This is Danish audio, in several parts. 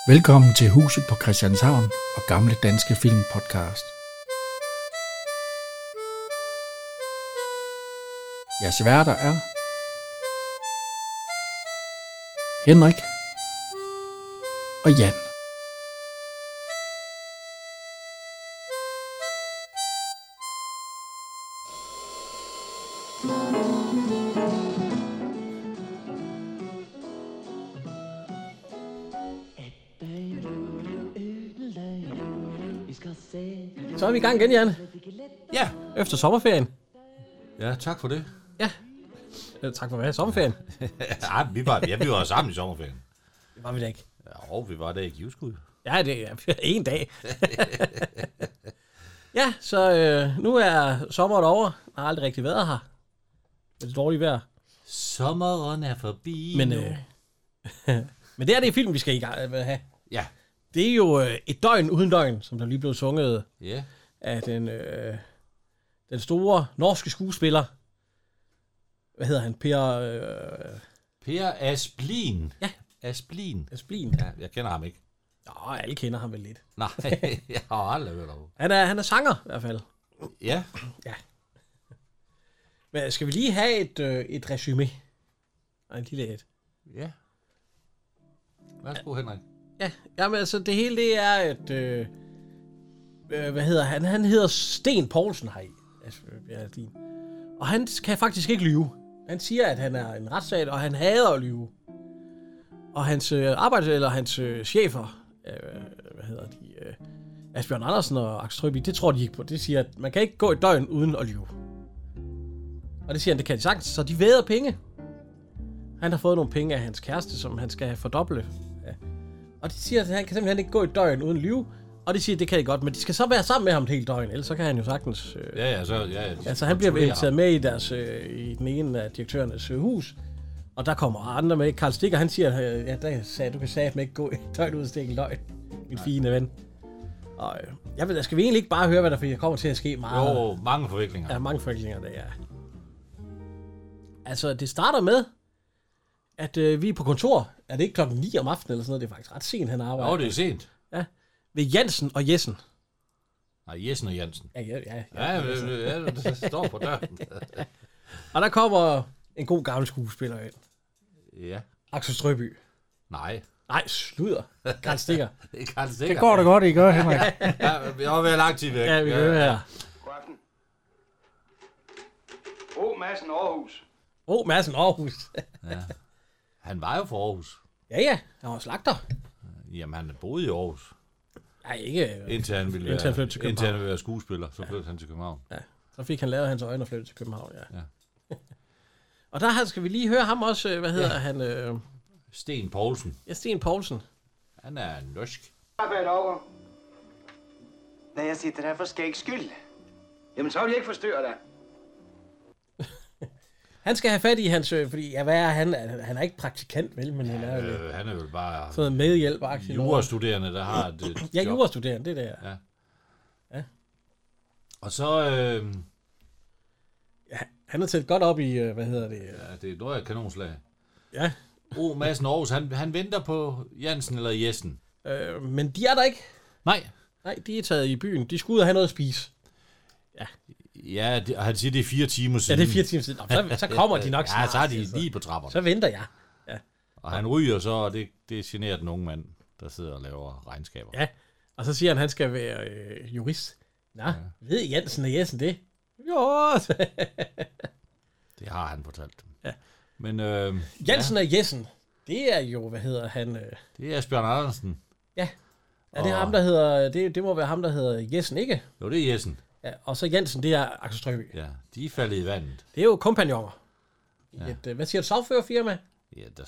Velkommen til Huset på Christianshavn og Gamle Danske Film Podcast. Jeres værter er Henrik og Jan. Så er vi i gang igen, Jan. Ja. Efter sommerferien. Ja, tak for det. Ja. Tak for at være sommerferien. Ja, vi var sammen i sommerferien. Det var vi da ikke. Ja, og vi var der i Giveskud. Ja, det er en dag. Ja, så nu er sommeren over. Jeg har aldrig rigtig været her. Det er dårligt vejr. Sommeren er forbi. Men det er det film, vi skal i gang med at have. Ja. Det er jo et døgn uden døgn, som der lige blev sunget af den store norske skuespiller. Hvad hedder han? Per Asplin. Ja. Asplin. Asplin. Ja, jeg kender ham ikke. Nå, alle kender ham vel lidt. Nej, jeg har aldrig hørt om. Han er sanger i hvert fald. Ja. Ja. Men skal vi lige have et resumé? Og en lille et. Ja. Værsgo, Henrik. Ja, jamen altså det hele det er, at hvad hedder han? Han hedder Sten Poulsen heri. Og han kan faktisk ikke lyve. Han siger, at han er en retssag, og han hader at lyve. Og hans hans chefer, hvad hedder de, Asbjørn Andersen og Axel Strøby, det tror de ikke på. Det siger, at man kan ikke gå et døgn uden at lyve. Og det siger han, det kan de sagtens, så de væder penge. Han har fået nogle penge af hans kæreste, som han skal fordoble. Ja. Og de siger, at han kan simpelthen ikke gå et døgn uden at lyve. Og de siger, at det kan de godt, men de skal så være sammen med ham et helt døgn, ellers så kan han jo sagtens... Altså han bliver inviteret med i deres i den ene af direktørernes hus, og der kommer andre med. Karl Stikker, han siger, der sagde, du kan satme ikke gå et døgn uden at stikke en løgn, min fine ven. Og skal vi egentlig ikke bare høre, hvad der kommer til at ske meget? Jo, mange forviklinger. Ja, mange forviklinger, det er. Altså, det starter med, at vi er på kontor. Er det ikke klokken 9 om aftenen eller sådan noget? Det er faktisk ret sent, han arbejder. Jo, det er sent. Ja. Ved Jensen og Jessen. Nej, Jessen og Jensen. Ja, det står på døren. Og der kommer en god gammel skuespiller ind. Ja. Axel Strøby. Nej, sludder. Karl Stikker. det er Karl Stikker. Det går da godt, I gør, Henrik. Ja, vi har været lang tid væk. Ja, vi hører her. God aften. Madsen Aarhus. Madsen Aarhus. Ja. Han var jo fra Aarhus. Ja, han var slagter. Jamen, han boede i Aarhus. Nej, ikke. Indtil han ville være skuespiller, så flyttede han til København. Ja, så fik han lavet hans øjne og flyttede til København, ja. Og der skal vi lige høre ham også, hvad hedder han? Sten Poulsen. Ja, Sten Poulsen. Han er norsk. Arbejde over. Nej, jeg sitter her for skægs skyld. Jamen, så vil jeg ikke forstyrre dig. Han skal have fat i hans, fordi hvad er han? Han er ikke praktikant, vel, men han er han er vel bare sådan en medhjælp. Jurastuderende, der har et job. Ja, jurastuderende, det der. Ja. Og så... Han er tæt godt op i, hvad hedder det? Ja, det er et dårligt kanonslag. Ja. Madsen Aarhus, han venter på Jensen eller Jessen. Men de er der ikke. Nej, de er taget i byen. De skulle ud og have noget at spise. Ja, han siger, det er 4 timer siden. Ja, det er 4 timer siden. Så kommer de nok snart. Ja, så er de lige på trapperne. Så venter jeg. Ja. Og han ryger så, og det generer den unge mand, der sidder og laver regnskaber. Ja, og så siger han skal være jurist. Ved Jensen og Jessen det? Jo. Det har han fortalt dem. Ja. Men, Jensen og Jessen, det er jo, hvad hedder han? Det er Asbjørn Andersen. Ja. Er det ham, der hedder... Det må være ham, der hedder Jessen, ikke? Jo, det er Jessen. Ja, og så Jensen, det er Axel Strøby. Ja, de er faldet i vandet. Det er jo kompagnoner. Hvad siger du, sagførerfirma? Ja, de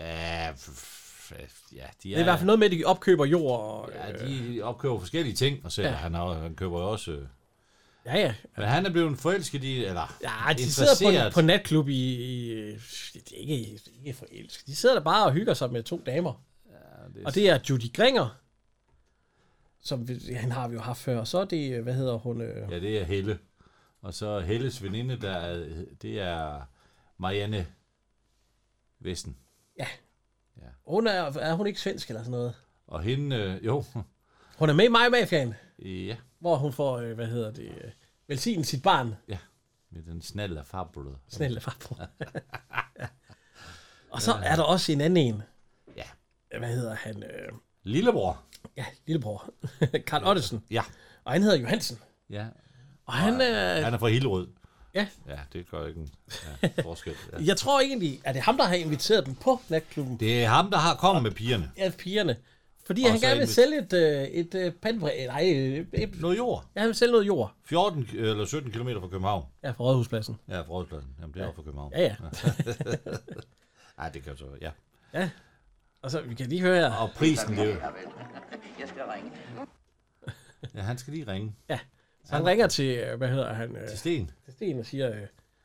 er... Det er i hvert fald noget med, at de opkøber jord. Og, de opkøber forskellige ting, og så han køber jo også... Ja. Men han er blevet forelsket i, eller... Ja, de sidder på natklub i det er ikke forelsket. De sidder der bare og hygger sig med 2 damer. Ja, og det er Judy Gringer, som han har vi jo haft før. Og så er det, hvad hedder hun? Ja, det er Helle. Og så Helles veninde, det er Marianne Vesten. Ja. Hun er hun ikke svensk eller sådan noget? Og hende, jo, Hun er med i mig mafiaen, ja, hvor hun får, velsignet sit barn. ja, med den snalle farbrød. Snælle farbror. Ja. Og så er der også en anden en. Ja. Hvad hedder han? Lillebror. Ja, lillebror. Karl Ottesen. Ja. Og han hedder Johansen. Ja. Og han... Han er fra Hillerød. Ja. Ja, det gør ikke en forskel. Ja. Jeg tror egentlig, at det er ham, der har inviteret dem på natklubben. Det er ham, der har kommet med pigerne. Ja, pigerne. Fordi Og han så gerne vil sælge et pandebræ. Nej, Noget jord. ja, han vil sælge noget jord. 14 eller 17 km fra København. Ja, fra Rådhuspladsen. Ja, fra Rådhuspladsen. Jamen, det er jo fra København. Ja. Nej, det kan så, ja. Ja. Og så, vi kan lige høre her. Og prisen, det er jo... Jeg skal ringe. Ja, han skal lige ringe Så han ringer til, til Sten. til Sten og siger,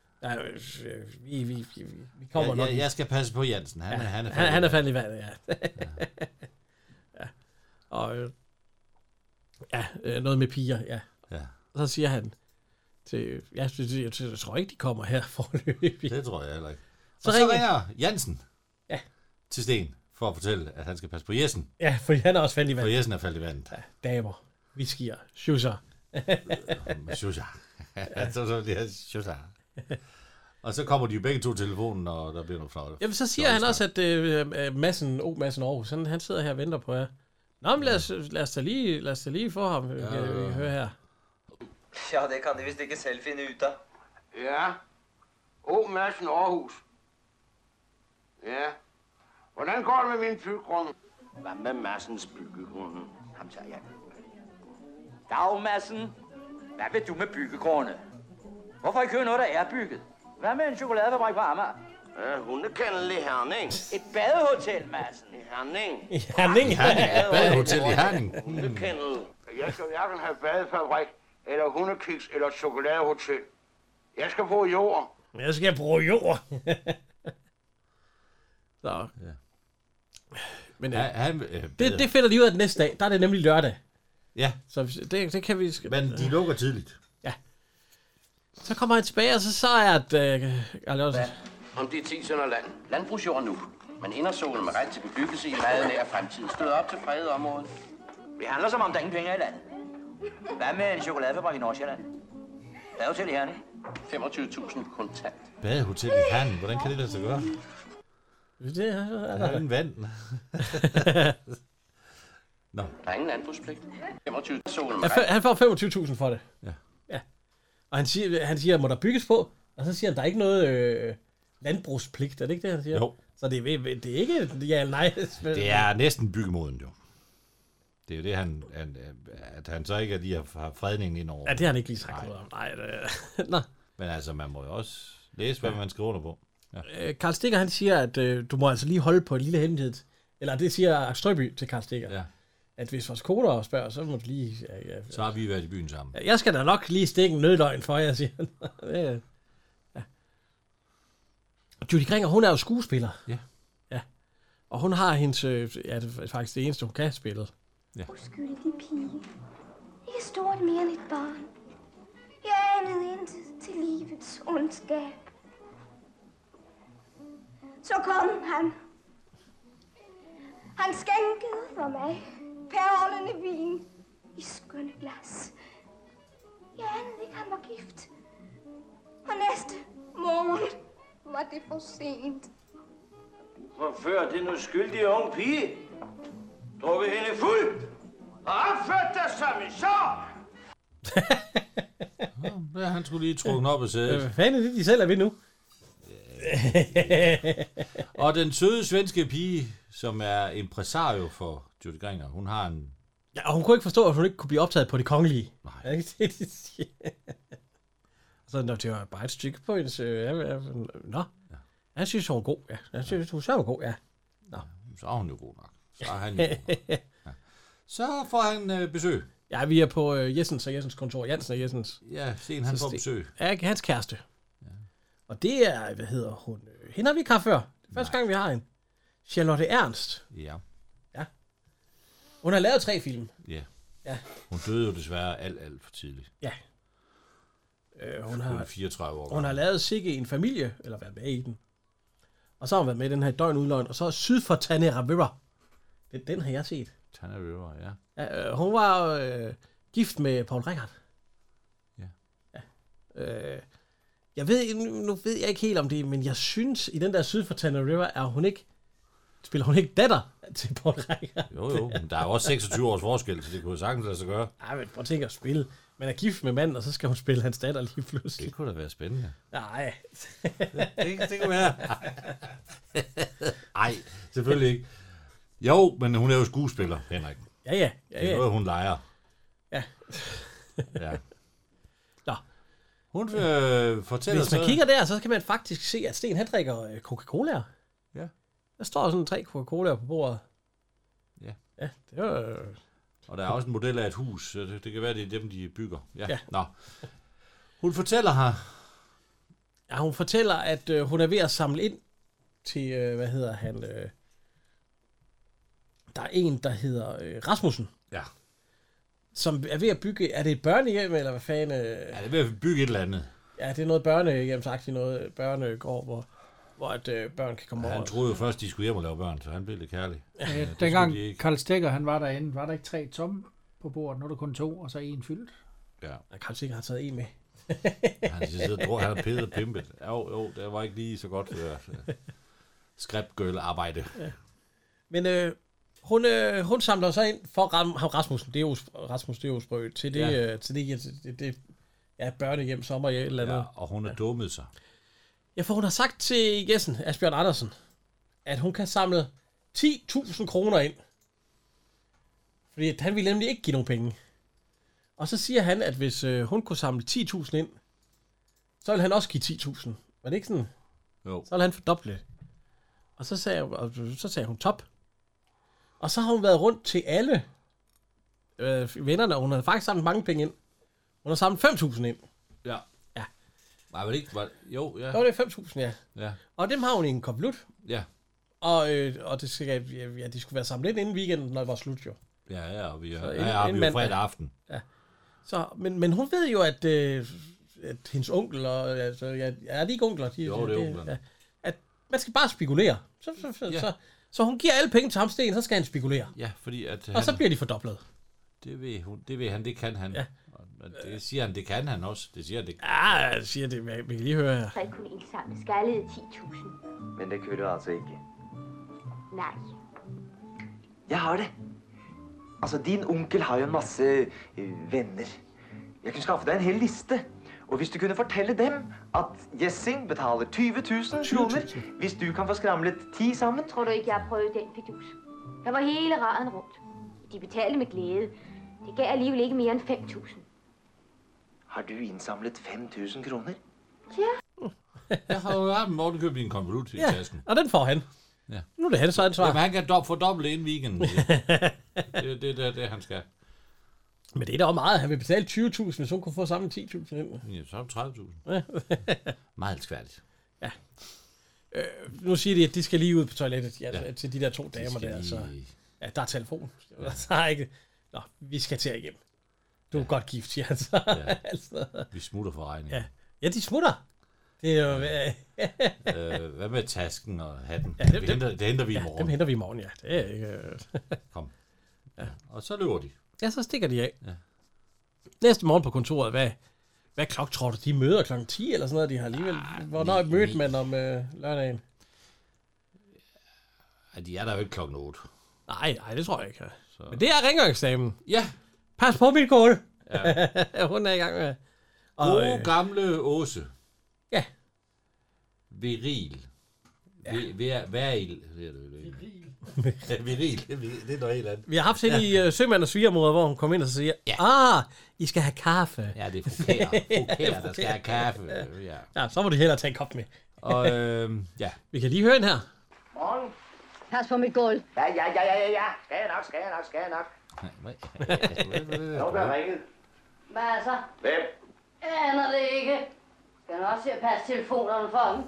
vi kommer nok. Jeg skal passe på Jansen. Han Han er faldet i vandet, ja. Ja. Og noget med piger, ja. Ja, Og så siger han til, jeg tror ikke, de kommer her forløbig. det tror jeg heller ikke. Så Og så ringer- ringer Jansen Ja. til Sten for at fortælle, at han skal passe på Jessen. Ja, for han er også faldet i For vandet. Jessen er faldet i vandet. Ja, damer, whiskyer, schusser. Shusha. Så bliver det Shusha. Og så kommer de jo begge to til telefonen, og der bliver noget flot. Jamen, så siger han også, at Madsen Aarhus, han sidder her og venter på jer. Nå, men lad os da lige få ham. Vi kan høre her. Ja, det kan de vist ikke selv finde ud af. Ja. Madsen Aarhus. Ja. Hvordan går det med min byggrund? Hvad med Madsens byggegrunde? Ham tager jeg. Dag, Madsen. Hvad vil du med byggegrunde? Hvorfor ikke høre noget, der er bygget? Hvad med en chokoladefabrik på Amager? Hundekendel i Herning. Et badehotel, Madsen. I Herning. Herning. Badehotel i Herning. Hundekendel. Jeg skal hverken have badefabrik, eller hundekiks, eller chokoladehotel. Jeg skal bruge jord. Jeg skal bruge jord. Så. Ja. Men Det, det finder de ud af den næste dag. Der er det nemlig lørdag. ja, Så det kan vi... men de lukker tidligt. Så kommer han tilbage, og så er det... Om de 10 sønder land. Landbrugsjord nu. Men indersolen med ret til bebyggelse i meget nær fremtid støder op til fredet område. Det handler som om, der ingen penge er i landet. Hvad med en chokoladefabrik i Nordsjælland? Badehotel i Herning? 25.000 kontant. Badehotel i Herning, hvordan kan det lade sig gøre? Det er Der er en vand. Nå. Der er ingen landbrugspligt. 25 solen med Han får 25.000 for det. Ja. Og han siger, må der bygges på? Og så siger han, der er ikke noget landbrugspligt. Er det ikke det, han siger? Jo. Så det er ikke ja eller nej. Det er næsten byggemoden, jo. Det er jo det, at han så ikke lige har fredningen ind over. Ja, det har han ikke lige sagt noget om. Nej, Nå. Men altså, man må jo også læse, hvad man skriver under på. Ja. Karl Stikker, han siger, at du må altså lige holde på en lille hemmelighed. Eller det siger Strøby til Karl Stikker. Ja. At hvis vores koder spørger, så må du lige... Så har vi været i byen sammen. Jeg skal da nok lige stikke en nødløgn for jer, siger han. Ja. Judy Gringer, hun er jo skuespiller. Ja. Ja. Og hun har hendes... det er faktisk det eneste, hun kan spille. Uskyldig pige. Ikke stort mere end et barn. Jeg anede intet til livets ondskab. Så kom han. Han skænkede for mig perlende vin i skønne glas. Jeg anede ikke, han var gift. Og næste morgen var det for sent. Forfør den uskyldige unge pige. Drukket hende fuld. Og opført dig som en sorg. Ja, han skulle lige trukke op og sæde. Hvad fanden er det, de selv er ved nu? Og den søde svenske pige, som er impresario for Judy Gringer, hun har en... Ja, og hun kunne ikke forstå, at hun ikke kunne blive optaget på det kongelige. Nej. Er det ikke det, de siger? Så det var bare et stykke på hendes... Nå. Ja. Jeg synes, hun var god. Ja. Jeg synes, hun var god, ja. Nå. Så er hun jo god nok. Så er han jo god nok. Ja. Så får han besøg. Ja, vi er på Jessens og Jessens kontor. Jansen og Jessens. Ja, Sten, han får besøg. Ja, hans kæreste. Ja. Og det er, hvad hedder hun? Hende har vi ikke haft før. Det er første gang, vi har en. Charlotte Ernst. Ja. Ja. Hun har lavet 3 film. Ja. Ja. Hun døde jo desværre alt for tidligt. Ja. Hun Hun har... er 34 år Hun har lavet Sikke en familie, eller været med i den. Og så har hun været med i den her Døgn Udløgn, og så Syd for Tanera River. Den har jeg set. Tana River, ja. Ja, hun var gift med Paul Rickard. Ja. Jeg ved, nu ved jeg ikke helt om det, men jeg synes, i den der syd for Tana River, spiller hun ikke datter til Paul Rickard. Jo, men der er jo også 26 års forskel, så det kunne jo sagtens lade sig gøre. Nej, men prøv at tænke at spille. Man er gift med manden, og så skal hun spille hans datter lige pludselig. Det kunne da være spændende. Nej. det kunne være. Nej, selvfølgelig ikke. Jo, men hun er jo skuespiller, Henrik. Ja. Det er noget, hun leger. Ja. Ja. Nå. Hun fortæller Hvis man kigger der, så kan man faktisk se, at Sten, han drikker Coca-Cola. Ja. Der står sådan 3 Coca-Cola på bordet. Ja. Ja, det var... Og der er også en model af et hus. Det kan være, det er dem, de bygger. Ja. Nå. Hun fortæller her. Ja, hun fortæller, at hun er ved at samle ind til, der er en, der hedder Rasmussen. Ja. Som er ved at bygge... Er det et børnehjem, eller hvad fanden? Ja, det er ved at bygge et eller andet. Ja, det er noget børnehjemsagtigt, noget børnegård, hvor børn kan komme over. Han troede jo først, de skulle hjem og lave børn, så han blev lidt kærlig. Dengang Karl Stegger, han var derinde, var der ikke 3 tomme på bordet, nu er der kun 2, og så 1 fyldt. Ja. Karl Stegger har taget 1 med. Han har pillet og pimpet. Jo, det var ikke lige så godt skriptgøl-arbejde. Ja. Men hun samler sig ind for Rasmussen, det er jo Rasmus Deosbrød, til det børnehjem, sommerhjem eller andet. Ja, og hun er dummet sig. Ja, for hun har sagt til Jessen, Asbjørn Andersen, at hun kan samle 10.000 kroner ind. Fordi han ville nemlig ikke give nogen penge. Og så siger han, at hvis hun kunne samle 10.000 ind, så ville han også give 10.000. Var det ikke sådan? Jo. Så ville han fordoble. Og så sagde hun top. Og så har hun været rundt til alle vennerne, og hun har faktisk samlet mange penge ind. Hun har samlet 5.000 ind. Ja. Ja. Nej, var det ikke? Jo, ja. Jo, det er 5.000, ja. Ja. Og dem har hun i en konvolut. Ja. Og det skal, de skulle være samlet ind inden weekenden, når det var slut, jo. Ja, og vi er inden fredag aften. Ja. Så, men hun ved jo, at hendes onkel, og altså, er de ikke onkler? Jo, det er onklerne. At man skal bare spekulere. Så hun giver alle penge til ham, Sten, så skal han spekulere. Ja, fordi at og så bliver de fordoblet. Det ved han, det kan han. Ja. Og det siger han, det kan han også. Det siger det. Ja, det siger det. Vi kan lige høre her. Så kunne indsamle skallede 10.000. Men det kan du altså ikke. Nej. Jeg har det. Altså, din onkel har jo en masse venner. Jeg kunne skaffe dig en hel liste. Og hvis du kunne fortælle dem, at Jessing betaler 20.000 kroner, hvis du kan få skramlet 10 sammen. Tror du ikke, jeg har prøvet den fidus? Der var hele raden rundt. De betalte med glæde. Det gav alligevel ikke mere end 5.000. Har du indsamlet 5.000 kroner? Ja. Jeg har jo haft Morten købt i en konvolut i tasken. Og den får han. Ja. Nu er det hans ansvar. Jamen, han kan fordoble inden weekenden. Det er det, han skal. Men det er da også meget. Han vil betale 20.000, hvis hun kunne få sammen 10.000 ind. Ja, så er det 30.000. Ja. Meget elskværdigt. Ja. Nu siger de, at de skal lige ud på toilettet til de der 2 damer der. Så, ja, der er telefon. Ja. Der er ikke... Nå, vi skal til igen. Du er godt gift, siger han så. Ja. Altså. Vi smutter for regningen. Ja, de smutter. Det er jo... Hvad med tasken og hatten? Ja, det henter vi i morgen. Dem henter vi i morgen, ja. Det er ikke... Kom. Ja. Og så løber de. Ja, så stikker de af. Ja. Næste morgen på kontoret, hvad klok tror du? De møder kl. 10 eller sådan noget, de har alligevel... Hvornår mødte man om lørdagen? Ja, de er der jo ikke klokken 8. Nej, det tror jeg ikke. Så. Men det er rengøringsdamen. Ja. Pas på mit kål. Ja. Hun er i gang med... God gamle Åse. Ja. Viril. Viril. Viril. Det er noget helt andet. Vi har haft hende i Sømand og Svigermoder, hvor hun kom ind og så siger, I skal have kaffe. Ja, det er fokærer, der skal have kaffe. Ja, så må du hellere tage en kop med. Og ja. Vi kan lige høre den her. Morgen. Pas på mit gulv. Ja. Skal jeg nok. Nu bliver ringet. Hvad så? Hvem? Jeg aner det ikke. Skal han også se at passe telefonerne for ham?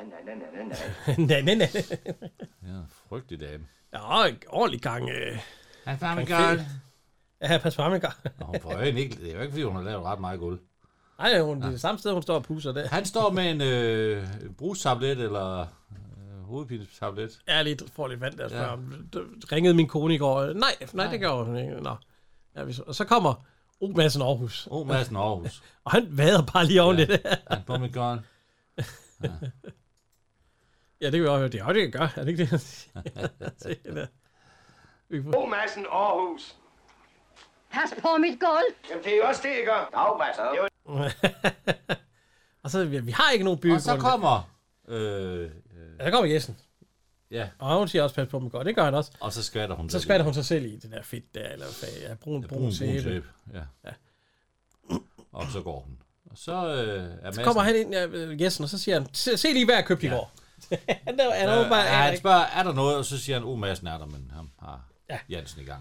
Nej. Ja, frygtelig dame. Ja, ordentlig gang. Han får mig godt. Ja, pas på mig godt. Hun får øjne ikke. Det er jo ikke, fordi hun har lavet ret meget gulv. Nej, det er det samme sted, hun står og pusser det. Han står med en brugstablet, eller hovedpinetablet. Jeg får lidt vand der. Ja. Ringede min kone i går. Nej, det gør hun ikke. Nå. Ja, og så kommer O. Madsen Aarhus. O. Madsen Aarhus. Og han vader bare lige oven det der. Han på mit gørn. Ja, det kan vi også høre. Det er jo det, jeg gør. Er det ikke det? O. Madsen Aarhus. Pas på mit gulv. Jamen, det er jo også det, jeg gør. Dag, Madsen. Og så, vi har ikke nogen byggegrund. Og så kommer... der kommer Jessen. Ja. Og hun siger også, pas på mig godt. Det gør han også. Og så skvatter hun Så skvatter hun sig selv i det der fedt der, eller brun sæbe. Ja. Og så går hun. Og så så kommer han ind, Jessen, og så siger han, se lige, hvad jeg købte i går. Han spørger, er der noget? Og så siger han, Madsen er der, men han har Jansen i gang.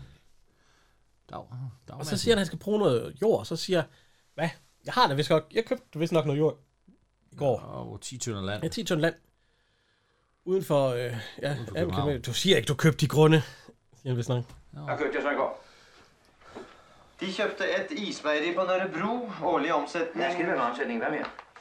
Og så siger han, at han skal bruge noget jord, og så siger hvad? Jeg har det vist godt. Jeg købte vist nok noget jord i går. Og 10 tønder land. Ja, 10 tønder land. Uden for, du siger ikke, du købte de grunde. Siger han vist nok. Jeg købte jeg så i går. De købte et ismejeri på Nørrebro, årlig omsætning. Jeg skal det være med omsætning, hvad mere?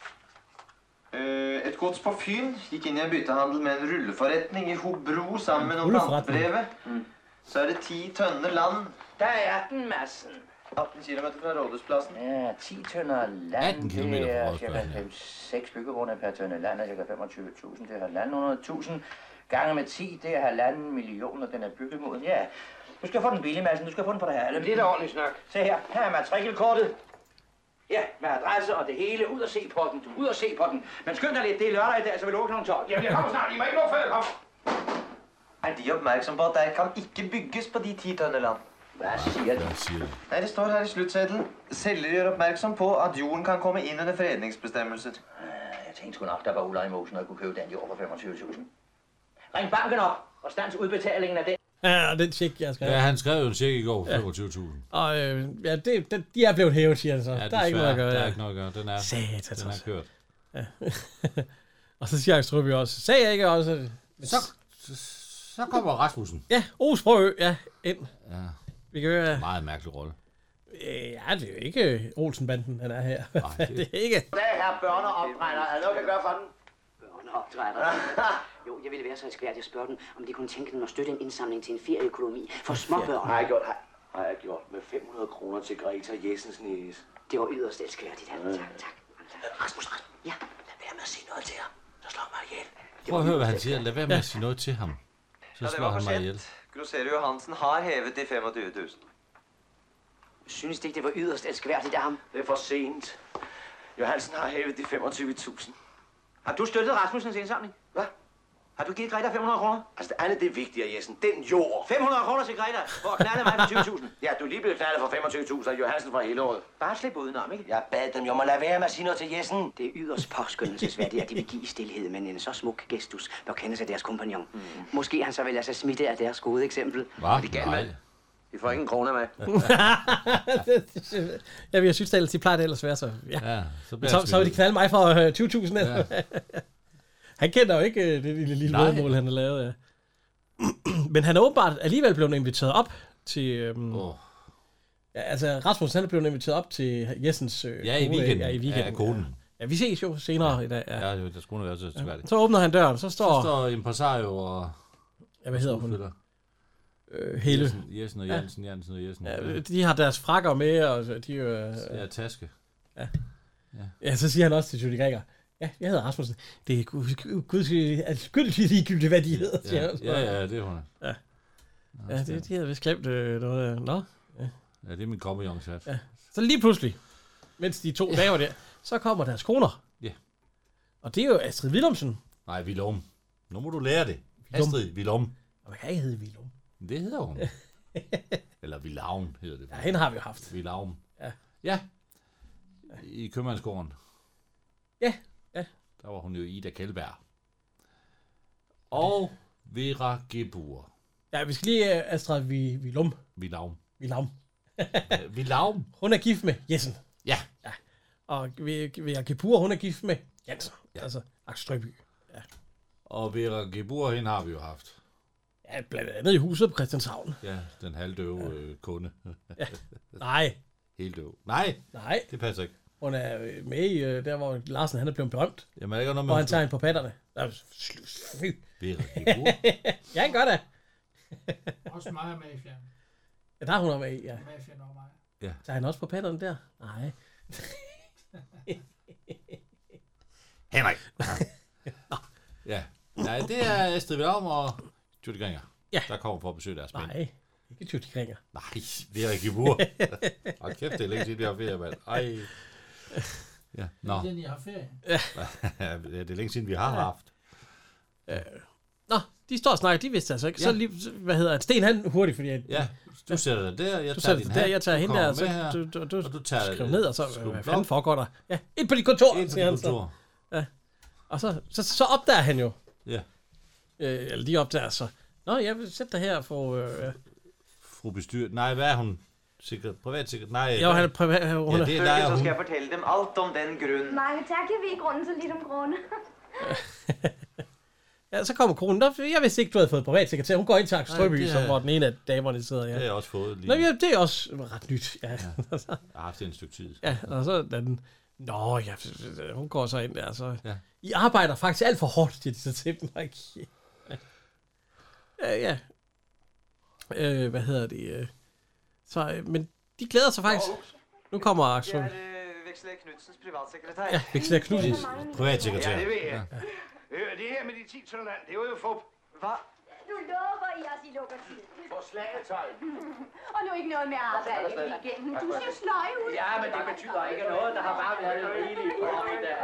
Et gods på Fyn gik ind i en byttehandel med en rulleforretning i Hobro sammen med nogle pantbreve. Så er det 10 tønder land. Der er den, Madsen. 18 km fra Rådhuspladsen. Ja, 10 tønder land. 18 kilometer fra Rådhuspladsen. Det er 5-6 byggegrunde per tønder land, er ca. 25.000. Det er 1.500.000 gange med 10, det er 1,5 million, og den er byggemoden. Ja, du skal få den billig, Madsen. Du skal få den på det her. Det er da ordentligt snak. Se her. Her er matrikelkortet. Ja, med adresse og det hele. Ud og se på den. Du ud og se på den. Men skynd dig lidt, det er lørdag i dag, så vi lukker kl. 12. Jamen, jeg kommer snart. I må ikke lukke før, kom. Er de opmærksom på at der kan ikke bygges på de 10 tønder land? Hvad siger du? Nej, det står her i slutseddelen. Sælger gjør opmærksom på at jorden kan komme ind under fredningsbestemmelser. Jeg tænkte sgu nok, der var Ulla i Mosen, og kunne købe den jord for 25.000. Ring banken op og stands udbetalingen af den. Ja, den tjek, jeg skrev. Ja, han skrev jo en tjek i går for 25.000. Og de er blevet hævet, siger han så. Ja, der er ikke noget at gøre. Der er ikke noget at gøre. Den er kørt. Ja. Og så siger Strøby også, sagde jeg ikke også? Så kommer Rasmussen. Ja, Osbrø, ind. Ja. Vi kan høre. Meget mærkelig rolle. Ja, det er jo ikke Olsenbanden, han er her. Nej, det er ikke. Det er her børneopdrætter. Er der noget, jeg kan gøre for den? Børneopdrætter? Jo, jeg ville være så skvært at spørge dem, om de kunne tænke dem at støtte en indsamling til en ferieøkonomi for småbørn. Har jeg gjort med 500 kroner til Greta Jessens næse. Det var yderst elskværdigt. Tak. Rasmus, ja, lad være med at sige noget til ham. Så slår mig ihjel. Prøv at høre, hvad han siger. Lad være med at sige noget til ham. Så slår han mig ihjel. Grosserer Johansen har hævet de 25.000. Synes det ikke, det var yderst elskværdigt af ham? Det er for sent. Johansen har hævet de 25.000. Har du støttet Rasmussens indsamling? Hvad? Har du givet Greta 500 kroner? Altså, det andet det er vigtigere, Jessen. Den jord. 500 kroner til Greta for at knalde mig for 20.000. Ja, du er lige blevet knaldet for 25.000 af Johansen fra hele året. Bare slip udenom, ikke? Jeg bad dem, jeg må lade være med at sige noget til Jessen. Det er yderst påskyndelsesværdigt, at de vil give stilhed, men en så smuk gestus bør kendes af deres kompagnon. Måske han så vil lade sig smitte af deres gode eksempel. Hvad? Nej. Vi får ikke en krone med. Jeg synes, de plejer det ellers være så. Ja. Så vil de knalde mig for 20.000. Ja. Han kender jo ikke det lille mål, han har lavet. Ja. Men han er åbenbart alligevel blevet inviteret op til... Ja, altså, Rasmus han er blevet inviteret op til Jessens i weekenden. Ja, i weekenden. Ja, konen. Ja, vi ses jo senere i dag. Ja, der skulle være så skværdigt. Så åbner han døren, så står impresario og... Ja, hvad hedder hun? Hele. Jessen og Jensen, Jensen og Jessen. Ja, de har deres frakker med, og de ja, taske. Ja, så siger han også til Julie Græger, ja, jeg hedder Rasmussen. Det er gudskyldigt ligegyldigt, hvad de hedder, siger han. Ja, det er hun. Ja, de havde vist glemt noget. Nå. Ja, det er min kompagnon-sat. Ja. Så lige pludselig, mens de to dager der, så kommer deres koner. Ja. Og det er jo Astrid Willumsen. Nej, Willum. Nu må du lære det. Astrid Willum. Og man kan ikke hedde Willum. Det hedder hun. Eller Villaum hedder det. Ja, hende har vi jo haft. Villaum. Ja. I købmandsgården. Ja. Der var hun jo Ida Kjellberg. Og Vera Gebur. Ja, vi skal lige Astrid Willum. Villaum. Villaum. Hun er gift med Jessen. Ja. Og Vera Gebur, hun er gift med Jansen. Ja. Altså Axel Strøby. Ja. Og Vera Gebur, hende har vi jo haft. Ja, blandt andet i huset på Christianshavn. Ja, den halvdøve kunde. Ja. Nej. Helt døv. Nej, det passer ikke. Hun er med i, der hvor Larsen han er blevet berømt. Jamen, er det ikke noget med... Og han tager hende på patterne. Ja, han gør det. Også mig er med i fjern. Ja, der er hun med i, ja. Mafian over mig. Ja. Tager han også på patterne der? Nej. Henrik! Ja. Nej, det er Astrid Vidom og Judy Gringer. Ja. Der kommer for at besøge deres mænd. Nej, ikke Judy Gringer. Nej, det er ikke i bur. Hold kæft, det er længe siden, vi har ferie, mand. Ej. Ja, nå. Det er den, I har ferie. Ja, det er længe siden, vi har haft. Nå, de står og snakker, de vidste altså ikke. Så lige, hvad hedder det? Sten han hurtigt, fordi... Ja, du sætter dig der, jeg du tager sætter din der, hat, jeg tager hende der, og så du tager skriver ned, og så, hvad fanden foregår der? Ja, ind på dit kontor, ind på dit kontor. Ja. Og så opdager han jo. Ja. Eller de opdager så. Nå, jeg vil sætte dig her for... Fru bestyr... Nej, hvad er hun? Privatsikret? Nej. Jo, han er privat... Ja, Hun det er dig, Så hun... skal jeg fortælle dem alt om den grund. Mange tak, jeg ved grunden så lidt om grunde. Ja, så kommer konen. Jeg vidste ikke, du havde fået privatsekretær. Hun går ind til Axel Strøby, hvor den ene af damerne sidder. Ja. Det har jeg også fået lige. Nå, ja, det er også ret nyt. Ja. Jeg har haft det en stykke tid. Ja, og så den... Nå, ja, hun går så ind der, så... Ja. I arbejder faktisk alt for hårdt, siger de så til dem. Ja. Hvad hedder det? Så, men de glæder sig faktisk. Nu kommer Axel. Det er Veksler Knudsens privatsekretær. Ja, Veksler Knudsens privatsekretær. Ja, det ved jeg. Det her med de 10 tønder land, det er jo fup. Hvad? Du lover i os, I lukker tid. For slagetøj. Og nu ikke noget med arbejde igennem. Du ser sløj ud. Ja, men det betyder ikke noget. Der har bare været en rigeligt på i dag.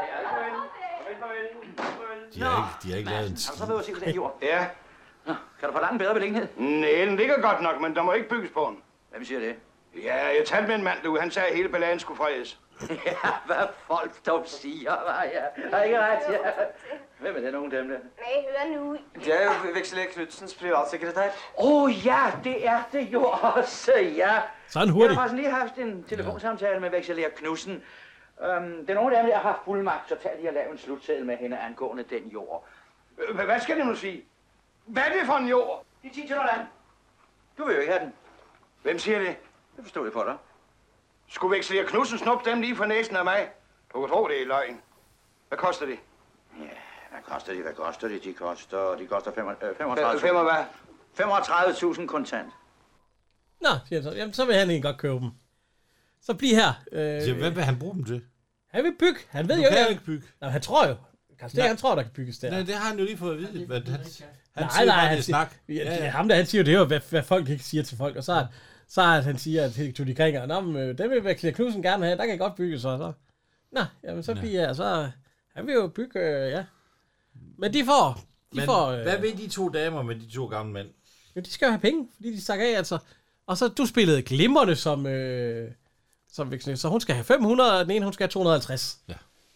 De har ikke lavet en Så vil jeg se på den jord. Ja. Kan du forlange bedre beliggenhed? Nej, den ligger godt nok, men der må ikke bygges på den. Hvem siger det? Ja, jeg talte med en mand, han sagde, at hele balladen skulle fredes. Ja, hvad folk dog siger, var jeg. Har ikke ret, ja. Hvem er den unge dem der? Nej, hør nu. Det er jo Veksler Knudsens privatsekretær. Ja, det er det jo også, ja. Så er han hurtig. Jeg har faktisk lige haft en telefonsamtale med Veksler Knudsen. Den unge dame, der har haft fuldmagt, så tager de at lave en slutseddel med hende angående den jord. Hvad skal det nu sige? Hvad er det for en jord? De 10 tønder land. Du vil jo ikke have den. Hvem siger det? Det forstod jeg på dig. Skulle Veksler Knudsen snuppe dem lige for næsen af mig? Du kan tro, det er løgn. Hvad koster det? Ja, hvad koster de? Hvad koster de? De koster 35.000 kontant. Nå, siger så. Jamen, så vil han egentlig godt købe dem. Så bliv her. Så hvad vil han bruge dem til? Han vil bygge. Han ved Du jo kan ikke bygge. Nå, han tror jo. Han tror, der kan bygges der. Nej, det har han jo lige fået at vide. Han Nej, siger bare, det er han snak. Ja. Ham der, han siger jo, det er jo, hvad folk ikke siger til folk. Og så at han siger til Judy Gringer, nå, men det vil Veksler Knudsen gerne have, der kan godt bygge så. Nå, jamen så bliver jeg, så han vil jo bygge, ja. Men de får... hvad ved de to damer med de to gamle mænd? Jo, de skal jo have penge, fordi de stak af, altså. Og så du spillede glimrende som Veksler, så hun skal have 500, og den ene, hun skal have 250. Ja.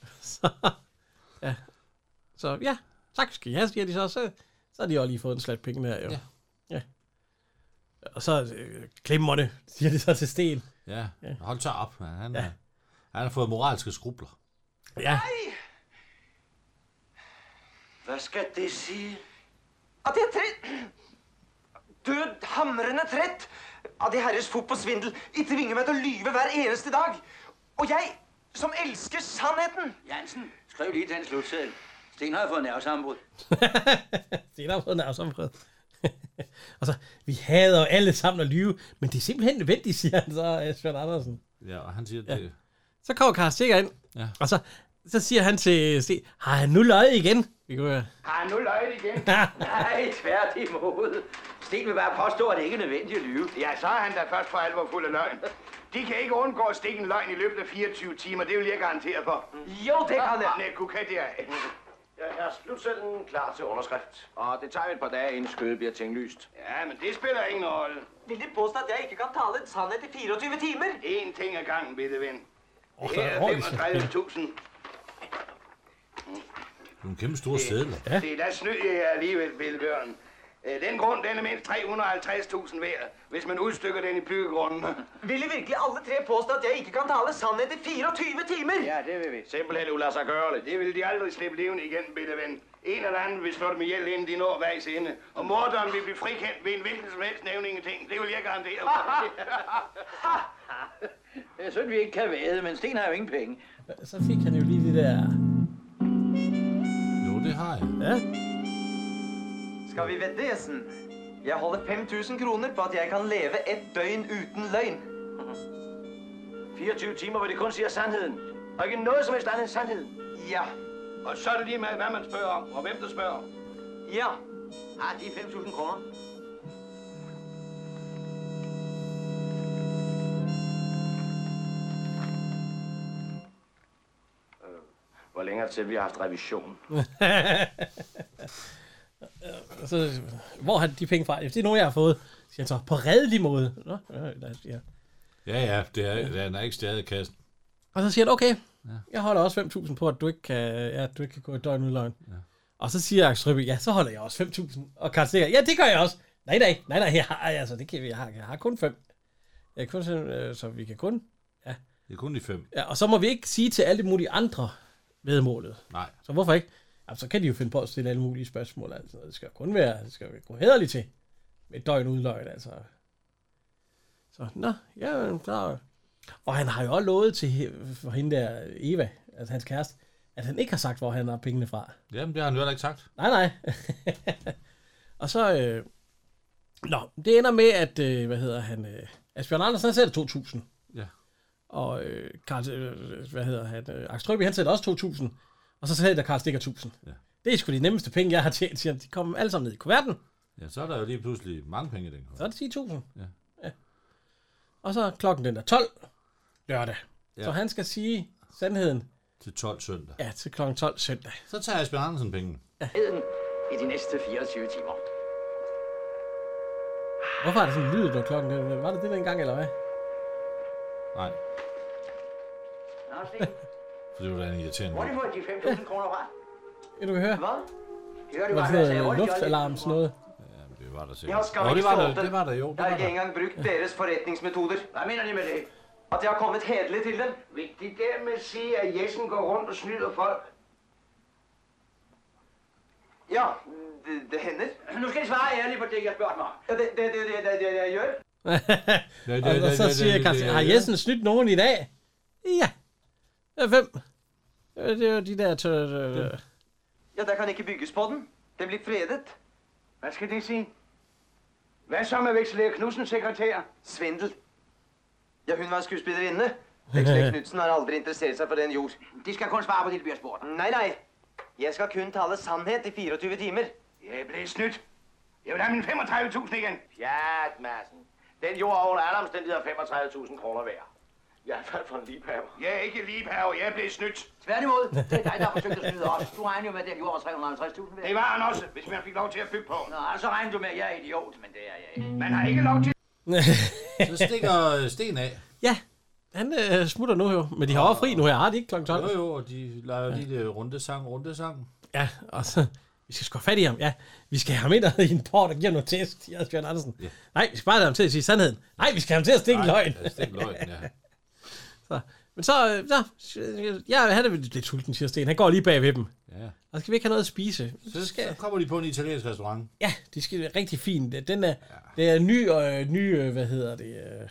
Så ja, tak skal I have, siger de så. Så har de også lige fået en slat penge der, jo. Ja. Og så glimrende, siger de så til Sten. Ja, hold så op. Han har fået moralske skrubler. Ja. Hvad skal det sige? At det er træt. Død, hamrende træt av de herres fup og svindel. I tvinger mig til at lyve hver eneste dag. Og jeg, som elsker sandheden. Jansen, skriv lige den slutseddel. Sten har fået nervesammenbrud. Sten har fået nervesammenbrud. Og så, vi hader alle sammen at lyve, men det er simpelthen nødvendigt, siger han så, Svend Andersen. Ja, og han siger det. Så kommer Karl Stikker ind, og så siger han til Sten, har han nu løjet igen? Har han nu løjet igen? Nej, tværtimod. Sten vil bare påstå, at det ikke er nødvendigt at lyve. Ja, så er han da først for alvor fuld af løgn. De kan ikke undgå at stikke en løgn i løbet af 24 timer, det vil jeg garantere for. Jo, det kan jeg. Nej, kunne det er. Jeg er slutsedlen klar til underskrift. Og det tager et par dage, inden skødet bliver tinglyst. Ja, men det spiller ingen rolle. Vil de påstå, at jeg ikke kan tale en sandhed i 24 timer? En ting ad gangen, bitte ven. Det her er 35.000. Nogle kæmpe store sædler. Ja. Det er da snød, jeg alligevel, Bilbjørn. Den grund, den er mindst 350.000 værd, hvis man udstykker den i byggegrunden. Vil I virkelig alle tre påstå, at jeg ikke kan tale sandhed i 24 timer? Ja, det vil vi. Simpelthen ude sig gøre det. Det vil de aldrig slippe levende igen, bitte ven. En eller anden vil slå dem ihjel, inden de når vejs ende. Og morderen vil blive frikendt ved en hvilken som helst nævningeting. Det vil jeg garantere. Jeg synes, vi ikke kan væde, men Sten har jo ingen penge. Så fik han jo lige det der... Jo, det har jeg. Ja. Skal vi vedde, Jessen? Jeg holder 5.000 kroner på, at jeg kan leve et døgn uden løgn. 24 timer, hvor det kun siger sandheden. Og ikke noget som helst andet end sandheden. Ja. Og så er det lige med, hvad man spørger om, og hvem der spørger. Ja. Ah, de 5.000 kroner. Hvor længere til vi har haft revision? Så, hvor har de penge fra? Det er nogen, jeg har fået. Siger han så, på redelig måde. Nå, ja. Ja, den er ikke stjålet i kassen. Og så siger han, okay, jeg holder også 5.000 på, at du ikke kan gå et døgn uden løgn. Ja. Og så siger Axel Strøby, ja, så holder jeg også 5.000. Og Karl Stikker, ja, det gør jeg også. Nej, jeg har kun 5. Jeg har kun 5, så vi kan kun... Ja. Det er kun de 5. Ja, og så må vi ikke sige til alle mulige andre vedmålet. Nej. Så hvorfor ikke? Jamen, så kan de jo finde på at stille alle mulige spørgsmål. Altså. Det skal kun være, det skal gå hæderligt til. Med et døgn uden løgn, altså. Så, ja, så... Og han har jo også lovet til for hende der, Eva, altså hans kæreste, at han ikke har sagt, hvor han har pengene fra. Jamen, det har han jo ikke sagt. Nej. Og så... det ender med, at, Asbjørn Andersen, han sætter 2.000. Ja. Og Axel Strøby, han sætter også 2.000. Og så sætter Karl Stikker 1.000. Ja. Det er sgu de nemmeste penge, jeg har tjent, siger han. De kommer alle sammen ned i kuverten. Ja, så er der jo lige pludselig mange penge i den kuvert. Så er det 10.000. Ja. Og så klokken den der 12 lørdag. Ja. Så han skal sige sandheden. Til 12 søndag. Ja, til klokken 12 søndag. Så tager Asbjørn Andersen penge. Ja. I de næste 24 timer. Hvorfor er der sådan en lyd, når klokken... Var det dengang, eller hvad? Nej. For det var da en irriterende. Hvor har de fået de 5.000 kroner fra? Ja, du kan høre. Hvad? Det var sådan noget luftalarm, sådan noget. Ja, det var der Jeg sikkert. skal ikke stolte. Det var der jo. Jeg har ikke engang brugt deres forretningsmetoder. Hvad mener de med det? At jeg har kommet hædeligt til dem. Vil de dermed sige, at Jessen går rundt og snyder folk? Ja, det hænder. Nu skal I svare ærligt på det, jeg spørger mig. Ja, det jeg gør. Og så siger Karsten, har Jessen snydt nogen i dag? Ja. 5. Det er jo de der... Ja, der kan ikke bygges på den. Den bliver fredet. Hvad skal det sige? Hvad så med Veksler Knudsens sekretær? Svindel. Ja, hun var skuespillerinde. Veksler Knudsen har aldrig interesseret sig for den jord. De skal kun svare på det, de bliver spurgt. Nej. Jeg skal kun tale sandhed i 24 timer. Jeg blev snydt. Jeg vil have mine 35.000 igen. Fjat, Madsen. Den jord er under alle omstændigheder 35.000 kroner værd. I hvert fald for en liebhaver. Jeg er ikke liebhaver, jeg blev snydt. Tværtimod, det er dig, der har forsøgt at snyde os. Du regner jo med, at den jord var 350.000 værd. Det var han også, hvis man fik lov til at bygge på. Nå, så regner du med, at jeg er idiot, men det er jeg ikke. Man har ikke lov til... Så stikker Sten af. Ja, han smutter nu jo. Men de har også fri nu her. Har de ikke kl. 12? Jo, og de leger lige det rundesang. Ja, og så... Vi skal sgu have fat i ham. Ja, vi skal have ham ind i en port og give ham noget tæsk, siger Asbjørn Andersen. Ja. Nej, vi skal bare have ham til at sige sandheden. Nej, vi skal have ham til at stikke løgn. Stikke løgn, ja. Så, men så, han er lidt sulten, siger Sten. Han går lige bag ved dem. Ja. Og skal vi ikke have noget at spise? Så kommer de på en italiensk restaurant. Ja, de skal være rigtig fint. Den er, det er ny, hvad hedder det?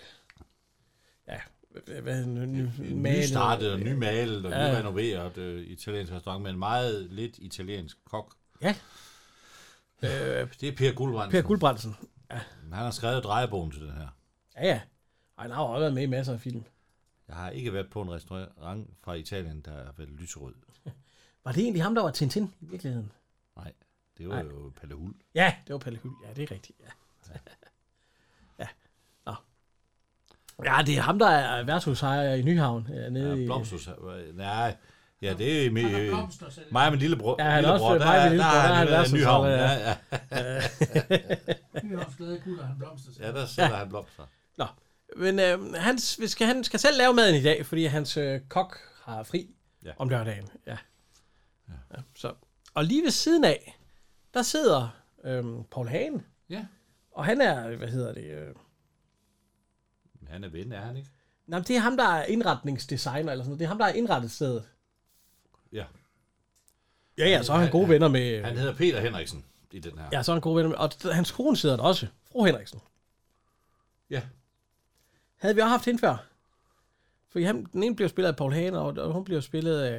Nystartet og nymalet og nyrenoveret italiensk restaurant med en meget lidt italiensk kok. Ja. Det er Per Guldbrandsen. Per Guldbrandsen. Ja. Han har skrevet drejebogen til den her. Ja. Og han har også været med i masser af film. Jeg har ikke været på en restaurant fra Italien, der er vel lyserød. Var det egentlig ham, der var Tintin i virkeligheden? Nej, det var jo Palle Huld. Ja, det var Palle Huld. Ja, det er rigtigt. Ja. Nå. Ja, det er ham, der er værtshusejer i Nyhavn. Nede nej. Ja, det er mig og min lillebror. Ja, han er også mig og min lillebror. Der er han værtshusejer. Ja. Nyhavn stadig gutter, han blomster. Ja, der sætter han blomster. Nå, men han skal selv lave maden i dag, fordi hans kok har fri om lørdagen. Ja. Så. Og lige ved siden af, der sidder Paul Hagen. Ja. Og han er, han er ven, er han ikke? Nej, det er ham, der er indretningsdesigner eller sådan noget. Det er ham, der er indrettet stedet. Ja. Ja, så er han gode venner med... Han hedder Peter Henriksen i den her. Ja, så er han gode venner med... Og hans kone sidder der også. Fru Henriksen. Ja. Havde vi også haft hende før? For den ene bliver spillet af Paul Haner, og hun bliver spillet af...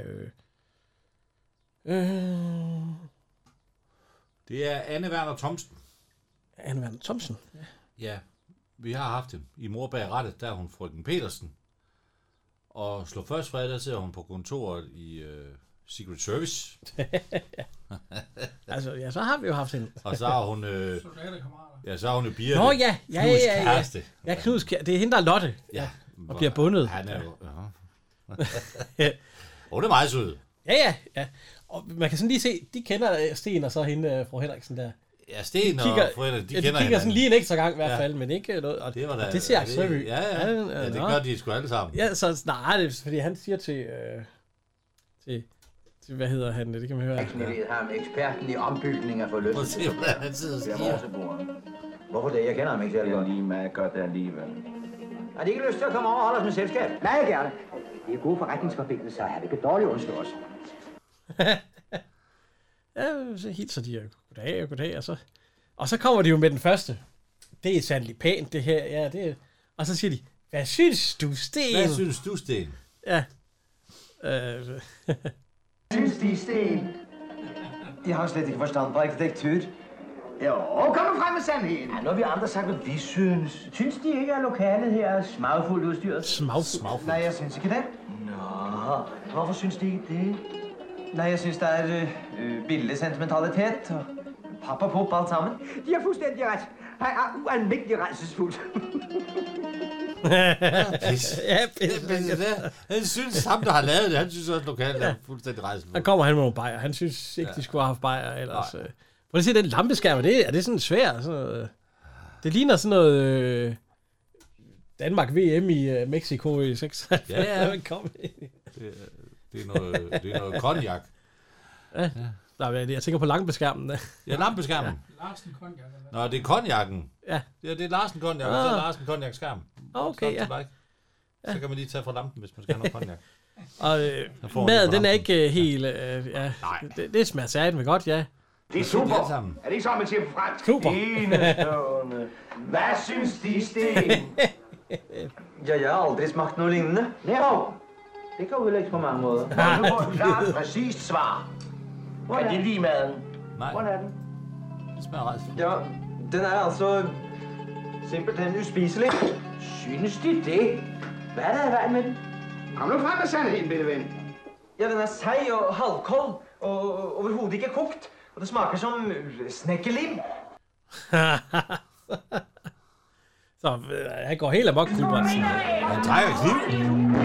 Det er Anne Werner Thomsen. Anne Werner Thomsen? Ja, vi har haft dem. I Mor bag rattet, der er hun frøken Petersen. Og slå først fra, der sidder hun på kontoret i Secret Service. Altså, ja, så har vi jo haft hende. Og så har hun... så har hun jo Birte. Nå, ja. Knuds kæreste. Ja, Knuds kæreste. Det er hende, der er Lotte. Ja. Og bliver bundet. Han er jo... det er meget sød. Ja. Og man kan sådan lige se, de kender Sten og så hende, fru Henriksen der. Ja, Sten og fru Henriksen, de kender hinanden. De kigger sådan lige en ekstra gang i hvert fald, men ikke noget. Og det var da... det ser Axel Revy. Ja, det gør de sgu alle sammen. Ja, så nej, det er fordi han siger til hvad hedder han, det kan man høre. Jeg ved ham, eksperten i ombygning af forlystelser. Prøv at se, hvordan han sidder og skriver. Hvorfor det? Jeg kender ham ikke særlig godt. Lige med gør det alligevel. Har de ikke lyst til at komme over og holde os med selskab? Nej, gerne. Det er gode forretningsforbindelser, og han vil dårligt undslå os. Ja, så hilser de goddag, og så kommer de jo med den første. Det er sandelig pænt, det her. Ja, det er... Og så siger de, hvad synes du, Sten? Hvad synes du, Sten? Ja. Synes de, Sten? De har slet ikke forstand på arkitektur. Jo, kom nu frem med sandheden. Ja, nu har vi andre sagt, hvad vi synes. Synes de ikke, at lokalet her er smagfuldt udstyret? Smagfuldt? Nej, jeg synes ikke det. Nå, hvorfor synes de ikke det? Nej, jeg synes, der er billig sentimentalitet og pappa pop alt sammen. De har fuldstændig ret. Han er ualmindelig rejsesfuld. Han synes, ham der har lavet det, han synes også, at lokalet er fuldstændig rejsesfuld. Der kommer han med nogle bajer. Han synes ikke, de skulle have haft bajer ellers. Prøv at se, den lampeskærm, er det sådan svært? Det ligner sådan noget Danmark VM i Mexico i 6. Ja. Det er noget cognac. Ja. Nej, jeg tænker på lampeskærmen. Ja, lampeskærmen. Larsen Cognac. Nå, det er cognacen. Ja. Det er Larsen Cognac, og så er Larsen Cognac skærm. Okay, ja. Så kan man lige tage fra lampen, hvis man skal have noget cognac. Og maden, den er ikke helt... det smager særligt godt, ja. Det er super. Er det ikke så, man siger på fransk? Super. Enestående. Hvad synes de, Sten? Ja, jeg har aldrig smagt noget lignende. Jo, det kan udlægges på mange måder. Og nu får et klart, præcist svar. Er det lige maden? Nej. Hvordan er den? Det smager rejsesfuld. Ja, den er altså simpelthen uspiselig. Synes de det? Hvad er der i vejen med den? Kom nu frem med sandheden, bitte ven. Ja, den er sej og halvkold og overhovedet ikke kogt. Og det smager som snekkelim. Så han går helt amok, Kulbransen. Han trækker kniven.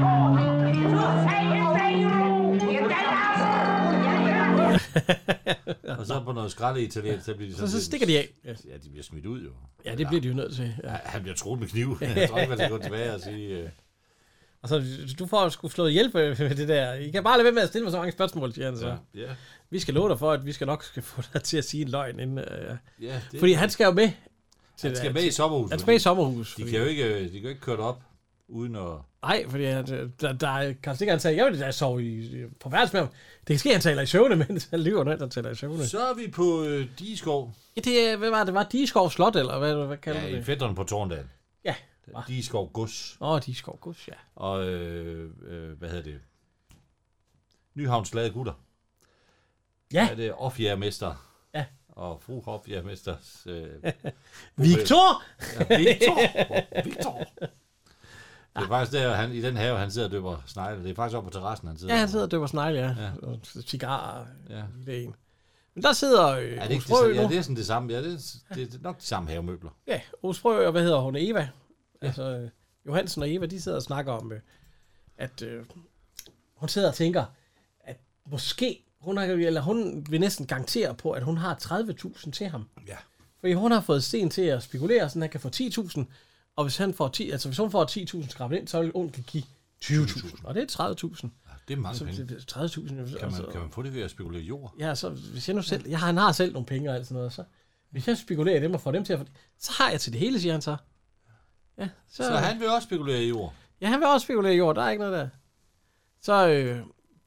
Og så på noget skralde italiensk, så bliver de så stikker de af. Ja, de bliver smidt ud jo. Ja, det bliver de jo nødt til. Ja. Han bliver troet med kniv. Jeg tror ikke, man skal gå tilbage og sige... Og så du får sgu slået hjælp med det der. I kan bare lade være med at stille mig så mange spørgsmål, siger han så. Ja. Vi skal love dig for, at vi skal nok få dig til at sige en løgn inden. Ja, fordi han skal jo med. Han skal med i sommerhus. Han skal med i sommerhus. De kan jo ikke køre det op uden at... Nej, fordi der er Karl Stikker, han sagde, jeg vil da sove på værelse med ham. Det kan ske, han taler i søvne, mens han lyver, når han taler i søvne. Så er vi på Digeskov. Ja, hvad var det? Var Digeskov Slot, eller hvad kalder det? Ja, i fætteren på Torndal. Ja. Digeskov Gods. Digeskov Gods, ja. Og, hvad hedder det? Nyhavns Glade Gutter. Ja. Er det hofjærmester. Ja. Og fru hofjærmesters... Victor! Ja, Victor! Det er faktisk der, i den have, han sidder og døber snegle. Det er faktisk oppe på terrassen, han sidder. Ja, han sidder og døber snegle, ja. Og cigarer. Ja. Det er en. Men der sidder er det ikke det, ja, det er sådan det samme. Ja, det er nok de samme havemøbler. Ja, Osprø og hvad hedder hun? Eva. Ja. Altså, Johansen og Eva, de sidder og snakker om, at hun sidder og tænker, at måske, hun vil næsten garantere på, at hun har 30.000 til ham. Ja. Fordi hun har fået Sten til at spekulere, så han kan få 10.000, og hvis hun får 10.000 skrabet ind, så vil onkel give 20.000, og det er 30.000. Ja, det er mange penge. 30.000. Kan man få det ved at spekulere jord? Ja, så hvis jeg nu selv, han har selv nogle penge og alt sådan noget, så hvis jeg spekulerer dem og får dem til at få, så har jeg til det hele, siger han så. Ja, så han vil også spekulere i jord? Ja, han vil også spekulere i jord, der er ikke noget der. Så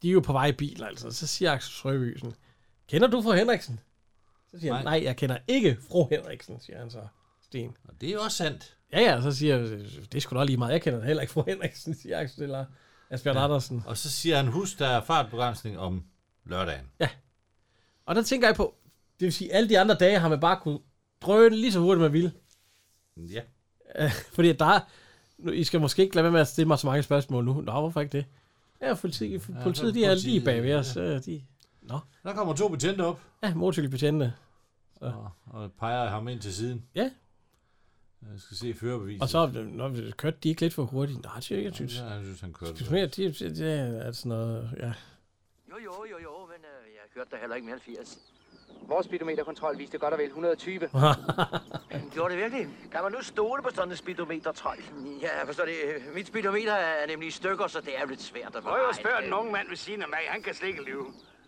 de er jo på vej i bil, altså. Så siger Axel Strøby sådan, kender du fru Henriksen? Så siger han, nej, jeg kender ikke fru Henriksen, siger han så, Sten. Og det er jo også sandt. Ja, så siger jeg, det er sgu da lige meget, jeg kender heller ikke fru Henriksen, siger Axel eller Asbjørn Andersen. Og så siger han, husk, der er fartbegrænsning om lørdagen. Ja. Og der tænker jeg på, det vil sige, alle de andre dage har man bare kunne drøne lige så hurtigt, man ville. Ja. Fordi der er, I skal måske ikke lade være med at stille mig så mange spørgsmål nu. Nå, hvorfor ikke det? Ja, politiet de er lige bagved os. Nå. Der kommer 2 betjente op. Ja, motorcykelbetjente. Og peger ham ind til siden. Ja. Jeg skal se førerbeviset. Og så kørte de ikke lidt for hurtigt. Nej, det jeg synes. Ja, jeg synes, han kørte. Det er sådan noget, ja. Jo, men jeg hørte da heller ikke mere end 80. Vores speedometerkontrol viste godt og vel 120. Gjorde det virkelig? Kan man nu stole på sådan en speedometertrol? Ja, jeg forstår det. Mit speedometer er nemlig i stykker, så det er lidt svært at Prøv at spørge den unge mand ved siden af mig. Han kan slet ikke lyve.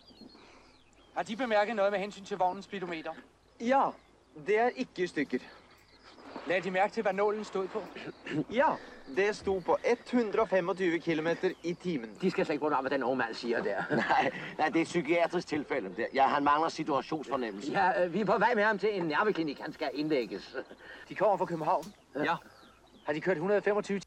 Har de bemærket noget med hensyn til vognens speedometer? Ja, det er ikke i stykker. Lad de mærke til, hvad nålen stod på? Ja, det stod på 125 km i timen. De skal slet ikke bruge, hvad den unge mand siger der. Nej, det er et psykiatrisk tilfælde. Ja, han mangler situationsfornemmelse. Ja, vi er på vej med ham til en nerveklinik. Han skal indlægges. De kommer fra København? Ja. Har de kørt 125?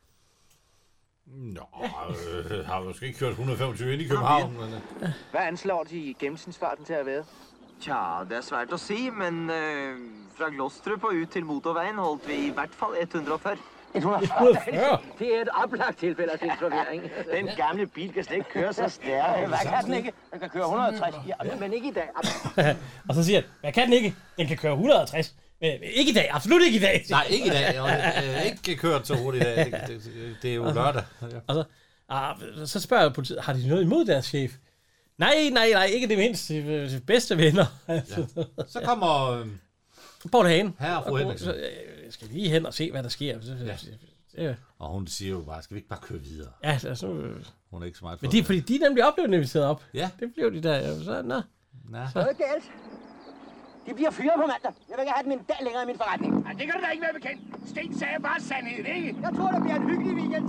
Nå, har måske ikke kørt 125 ind i København. Men... Hvad anslår de gennemsnitsfarten til at være? Tja, det er svært at sige, men fra Glostrup og ud til motorvejen holdt vi i hvert fall 140. 140? Det er et oplagt tilfælde af sindsforvirring. Den gamle bil kan slet ikke køre så stærkt. Hvad kan den ikke? Den kan køre 160. Ja, men ikke i dag. Og så siger han, hvad kan den ikke? Den kan køre 160. Men ikke i dag, absolut ikke i dag. Nej, ikke i dag. Ikke kørt så hurtigt i dag. Det er jo lørdag. Og så spørger jeg politiet, har de noget imod deres chef? Nej, ikke det mindste. De bedste venner. Ja. Så kommer Poul Hagen. Herre og fru Henriksen. Jeg skal lige hen og se, hvad der sker. Ja. Og hun siger jo bare, skal vi ikke bare køre videre? Ja, altså... Hun er ikke så meget for men det er fordi, de nemlig oplevede inviteret op. Ja. Det blev de der. Så, nå. Så er det galt. De bliver fyret på mandag. Jeg vil ikke have dem en dag længere i min forretning. Ja, det kan du da ikke være bekendt. Sten sagde bare sandheden, ikke? Jeg tror, det bliver en hyggelig weekend.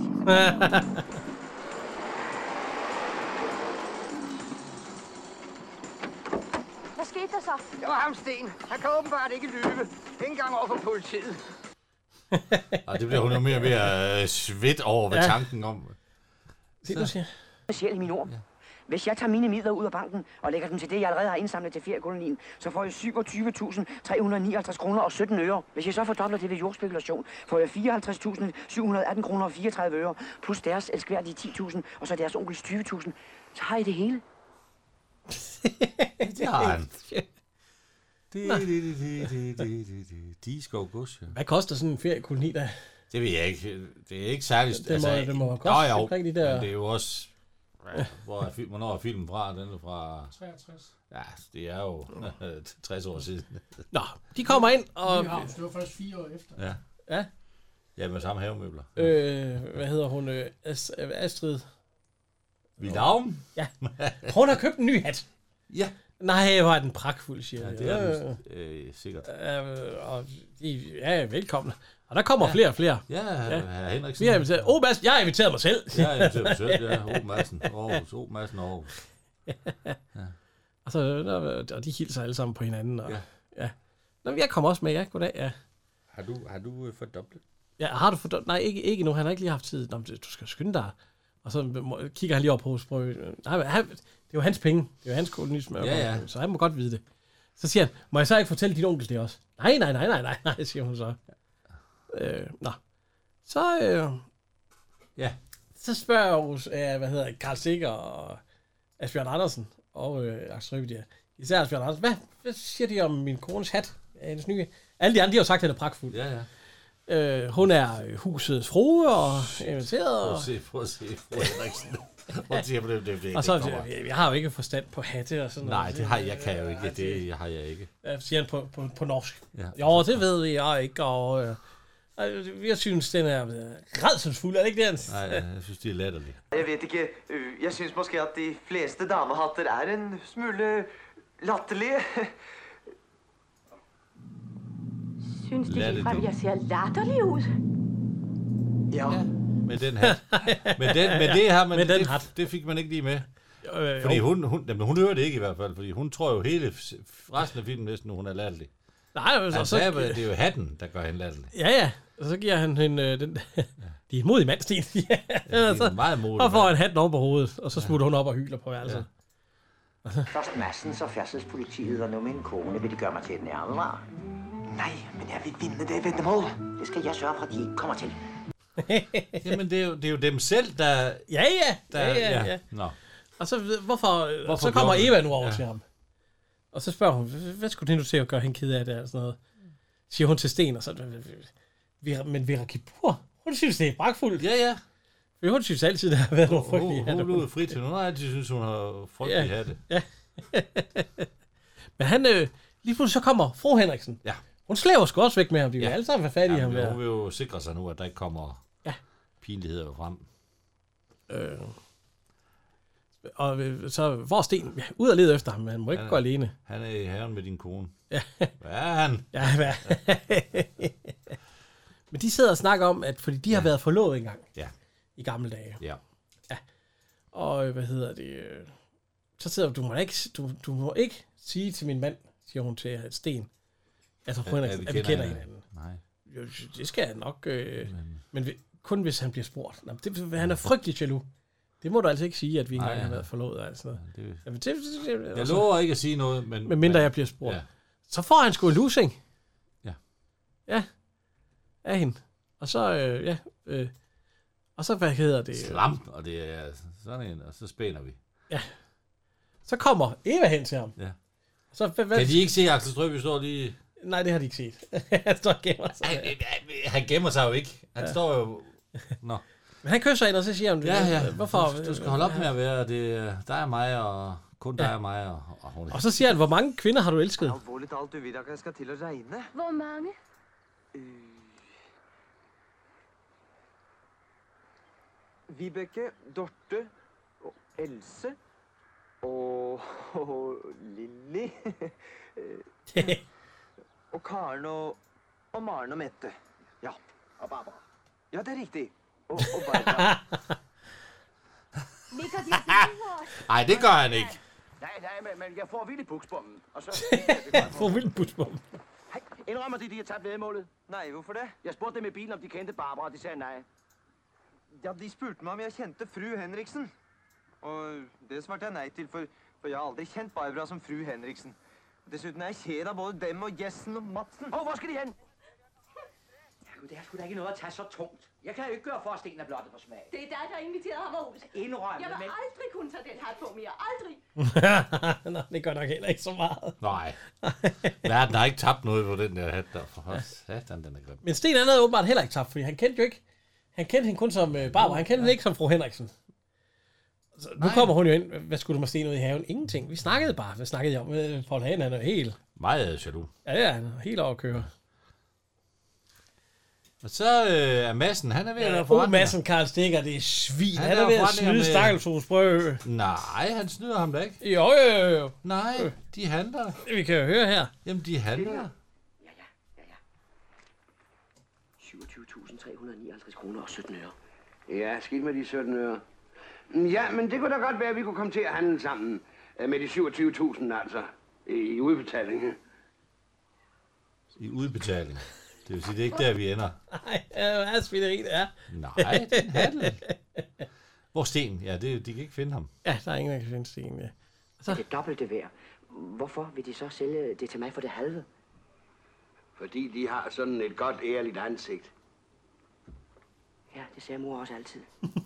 Hvad skete der så? Det var ham, Sten. Han kan åbenbart ikke lyve. Ikke engang over for politiet. Og det bliver hun jo mere og mere svedt over ved tanken om. Se, du siger. Specielt i mine ord. Ja. Hvis jeg tager mine midler ud af banken og lægger dem til det, jeg allerede har indsamlet til feriekolonien, så får jeg 27.359 kroner og 17 øre. Hvis jeg så fordobler det ved jordspekulation, får jeg 54.718 kroner og 34 øre, plus deres elskværdige 10.000, og så deres onkels 20.000. Så har I det hele. Det har han. De skal gods, ja. Hvad koster sådan en feriekoloni der? Det ved jeg ikke. Det er ikke særligt. Det må koste omkring de der... Men det er jo også... Ja, hvornår er filmen fra? Den er fra... 63. Ja, det er jo 60 år siden. Nå, de kommer ind og... Det var først 4 år efter. Ja. Ja. Ja, med samme havemøbler. Hvad hedder hun? Astrid... Vidavn? Ja. Hun har købt en ny hat. Ja. Nej, hvor er den pragtfuld, siger jeg. Ja, det er den sikkert. Og de er velkomne. Og der kommer flere og flere. Ja, herr Henriksen. Vi har inviteret... Madsen, jeg har inviteret mig selv. Jeg har inviteret mig selv, ja. Madsen, Aarhus. Ja. Og så de hilser alle sammen på hinanden. Og, ja. Nå, jeg kommer også med, ja. Goddag, ja. Har du fordoblet? Ja, har du fordoblet? Nej, ikke nu. Han har ikke lige haft tid. Nå, du skal skynde dig. Og så kigger han lige over på sprøjt. Nej, det er jo hans penge. Det er jo hans kolonisme. Ja. Så han må godt vide det. Så siger han, må jeg så ikke fortælle din onkel det også? Nej, siger hun så. Nå. Så, ja. Så spørger jeg, Karl Stikker og Asbjørn Andersen og Axel Strøby der. Især Asbjørn Andersen. Hvad siger de om min kones hat? Hendes nye? Alle de andre, de har jo sagt, at den er pragtfuld. Ja. Hun er husets frue og inviteret. Prøv at se, fru Henriksen. Og så, jeg har jo ikke forstand på hatte og sådan noget. Nej, det har jeg, kan jeg jo ikke. Det har jeg ikke. Siger han på norsk. Ja. Jo, det ved jeg ikke, og jeg synes, den er rædselsfuld, er det ikke det? Nej, jeg synes, det er latterligt. Jeg ved ikke, jeg synes måske, at de fleste damehatter er en smule latterlige. Synes de ligefrem, jeg ser latterlig ud? Ja. Med den hat. Men det fik man ikke lige med. Fordi hun hører det ikke i hvert fald, fordi hun tror jo hele resten af filmen næsten, hun er latterlig. Nej, så det er jo hatten, der gør hende latterlig. Ja, og så giver han hende den... De er en modig mand, Sten. Ja, det er meget modig. Og får han hatten over på hovedet, og så smutter hun op og hyler på værelset. Ja. Først Madsen, så færdselspolitiet, og nu min kone. Vil de gøre mig til et nærmere? Nej, men jeg vil vinde det vendemål. Det skal jeg sørge for, at de ikke kommer til. Jamen, det er jo dem selv, der... Ja. Nå. Og så, hvorfor så kommer Eva nu over til ham. Og så spørger hun, hvad skulle det nu til at gøre hende ked af det, og sådan noget. Siger hun til Sten, og så... Men Vera Kibur, hun synes, det er bragtfuldt. Ja. For hun synes altid, der har været nogle frygtelige hatte. Hun blev fri til. Hun har altid synes, hun har frygtelige hatte. Ja. Men han... lige pludselig så kommer fru Henriksen. Ja. Hun slæver sgu også væk med ham. De vil alle sammen være fat i ham. Hun vil jo sikre sig nu, at der ikke kommer pinligheder frem. Og så hvor Sten ud og lede efter ham, men han må ikke gå alene. Han er i haven med din kone. Ja. Hvad er han? Ja, hvad? Men de sidder og snakker om, at fordi de har været forlovet engang. Ja. I gamle dage. Ja. Og så sidder du må ikke sige til min mand, siger hun til Sten, altså fru Henriksen, at vi kender hinanden. Nej. Jo, det skal jeg nok, men kun hvis han bliver spurgt. Han er frygtelig jaloux. Det må du altså ikke sige, at vi engang har været forlovet. Altså. Jeg lover ikke at sige noget, men... Med mindre jeg bliver spurgt. Ja. Så får han sgu en lusing. Ja. Ja. Af hende. Og så, og så, hvad hedder det? Slamp, og det er sådan en, og så spænder vi. Ja. Så kommer Eva hen til ham. Ja. Så, kan de ikke se Axel Strøby står lige... Nej, det har de ikke set. Han står og gemmer sig. Han gemmer sig jo ikke. Han står jo... Nå. Men han kysser ind, og så siger han... Ja. Hvorfor? Du skal holde op med at være det. Der er mig, og kun der er mig, og hun... Og så siger han, hvor mange kvinder har du elsket? Det er alvorligt alt, du vil, at jeg skal til at regne. Hvor mange? Vibeke, Dorte, og Else, og Lilly, og Karen, og Maren og Mette. Ja, og Barbara. Ja, det er rigtigt. Og Barbara. Nej, det gør han ikke. Nej, men jeg får vildt buksbommen. Og så... får vildt buksbommen. Hej, indrømmer de har tabt vedmålet? Nej, hvorfor det? Jeg spurgte dem i bilen, om de kendte Barbara, og de sagde nej. Ja, de spurgte mig, om jeg kendte fru Henriksen. Og det svarte jeg nej til, for jeg har aldrig kendt Barbara som fru Henriksen. Dessuten er jeg ked af både dem og Jessen og Madsen. Hvor skal de hen? Det er sgu da ikke noget at tage så tungt. Jeg kan jo ikke gøre for, at Sten er blottet på smag. Det er dig, der inviterede ham ud. Indrømme, jeg vil aldrig kunne tage den hat på mere. Aldrig. Nå, det gør nok heller ikke så meget. Nej. Verden har ikke tabt noget på den der hat der. For satan, den er grim. Men Sten havde åbenbart heller ikke tabt, fordi han kendte jo ikke... Han kendte hende kun som Barbara. Han kendte hende ikke som fru Henriksen. Så nu kommer hun jo ind. Hvad skulle du med Sten ud i haven? Ingenting. Vi snakkede bare. Hvad snakkede jeg om? Paul Hagen, han er helt... Meget jaloux. Ja, det er han. Helt over at køre. Og så er Madsen, han er ved at være forretninger. Madsen, Karl Stikker, det er svin. Han er ved at snyde Stakkelsros Brød. Nej, han snyder ham da ikke. Jo. Nej, de handler. Vi kan jo høre her. Jamen, de handler. Ja. 27.359 kroner og 17 øre. Ja, skidt med de 17 øre. Ja, men det kunne da godt være, at vi kunne komme til at handle sammen med de 27.000, altså, i udbetaling. I udbetaling? Det vil sige, det er ikke der, vi ender. Nej, hvad er svineri, det er? Nej, det er en handel. Hvor Sten? Ja, de kan ikke finde ham. Ja, der er ingen, der kan finde Sten, ja. Så... Det er dobbelt det værd. Hvorfor vil de så sælge det til mig for det halve? Fordi de har sådan et godt, ærligt ansigt. Ja, det sagde mor også altid.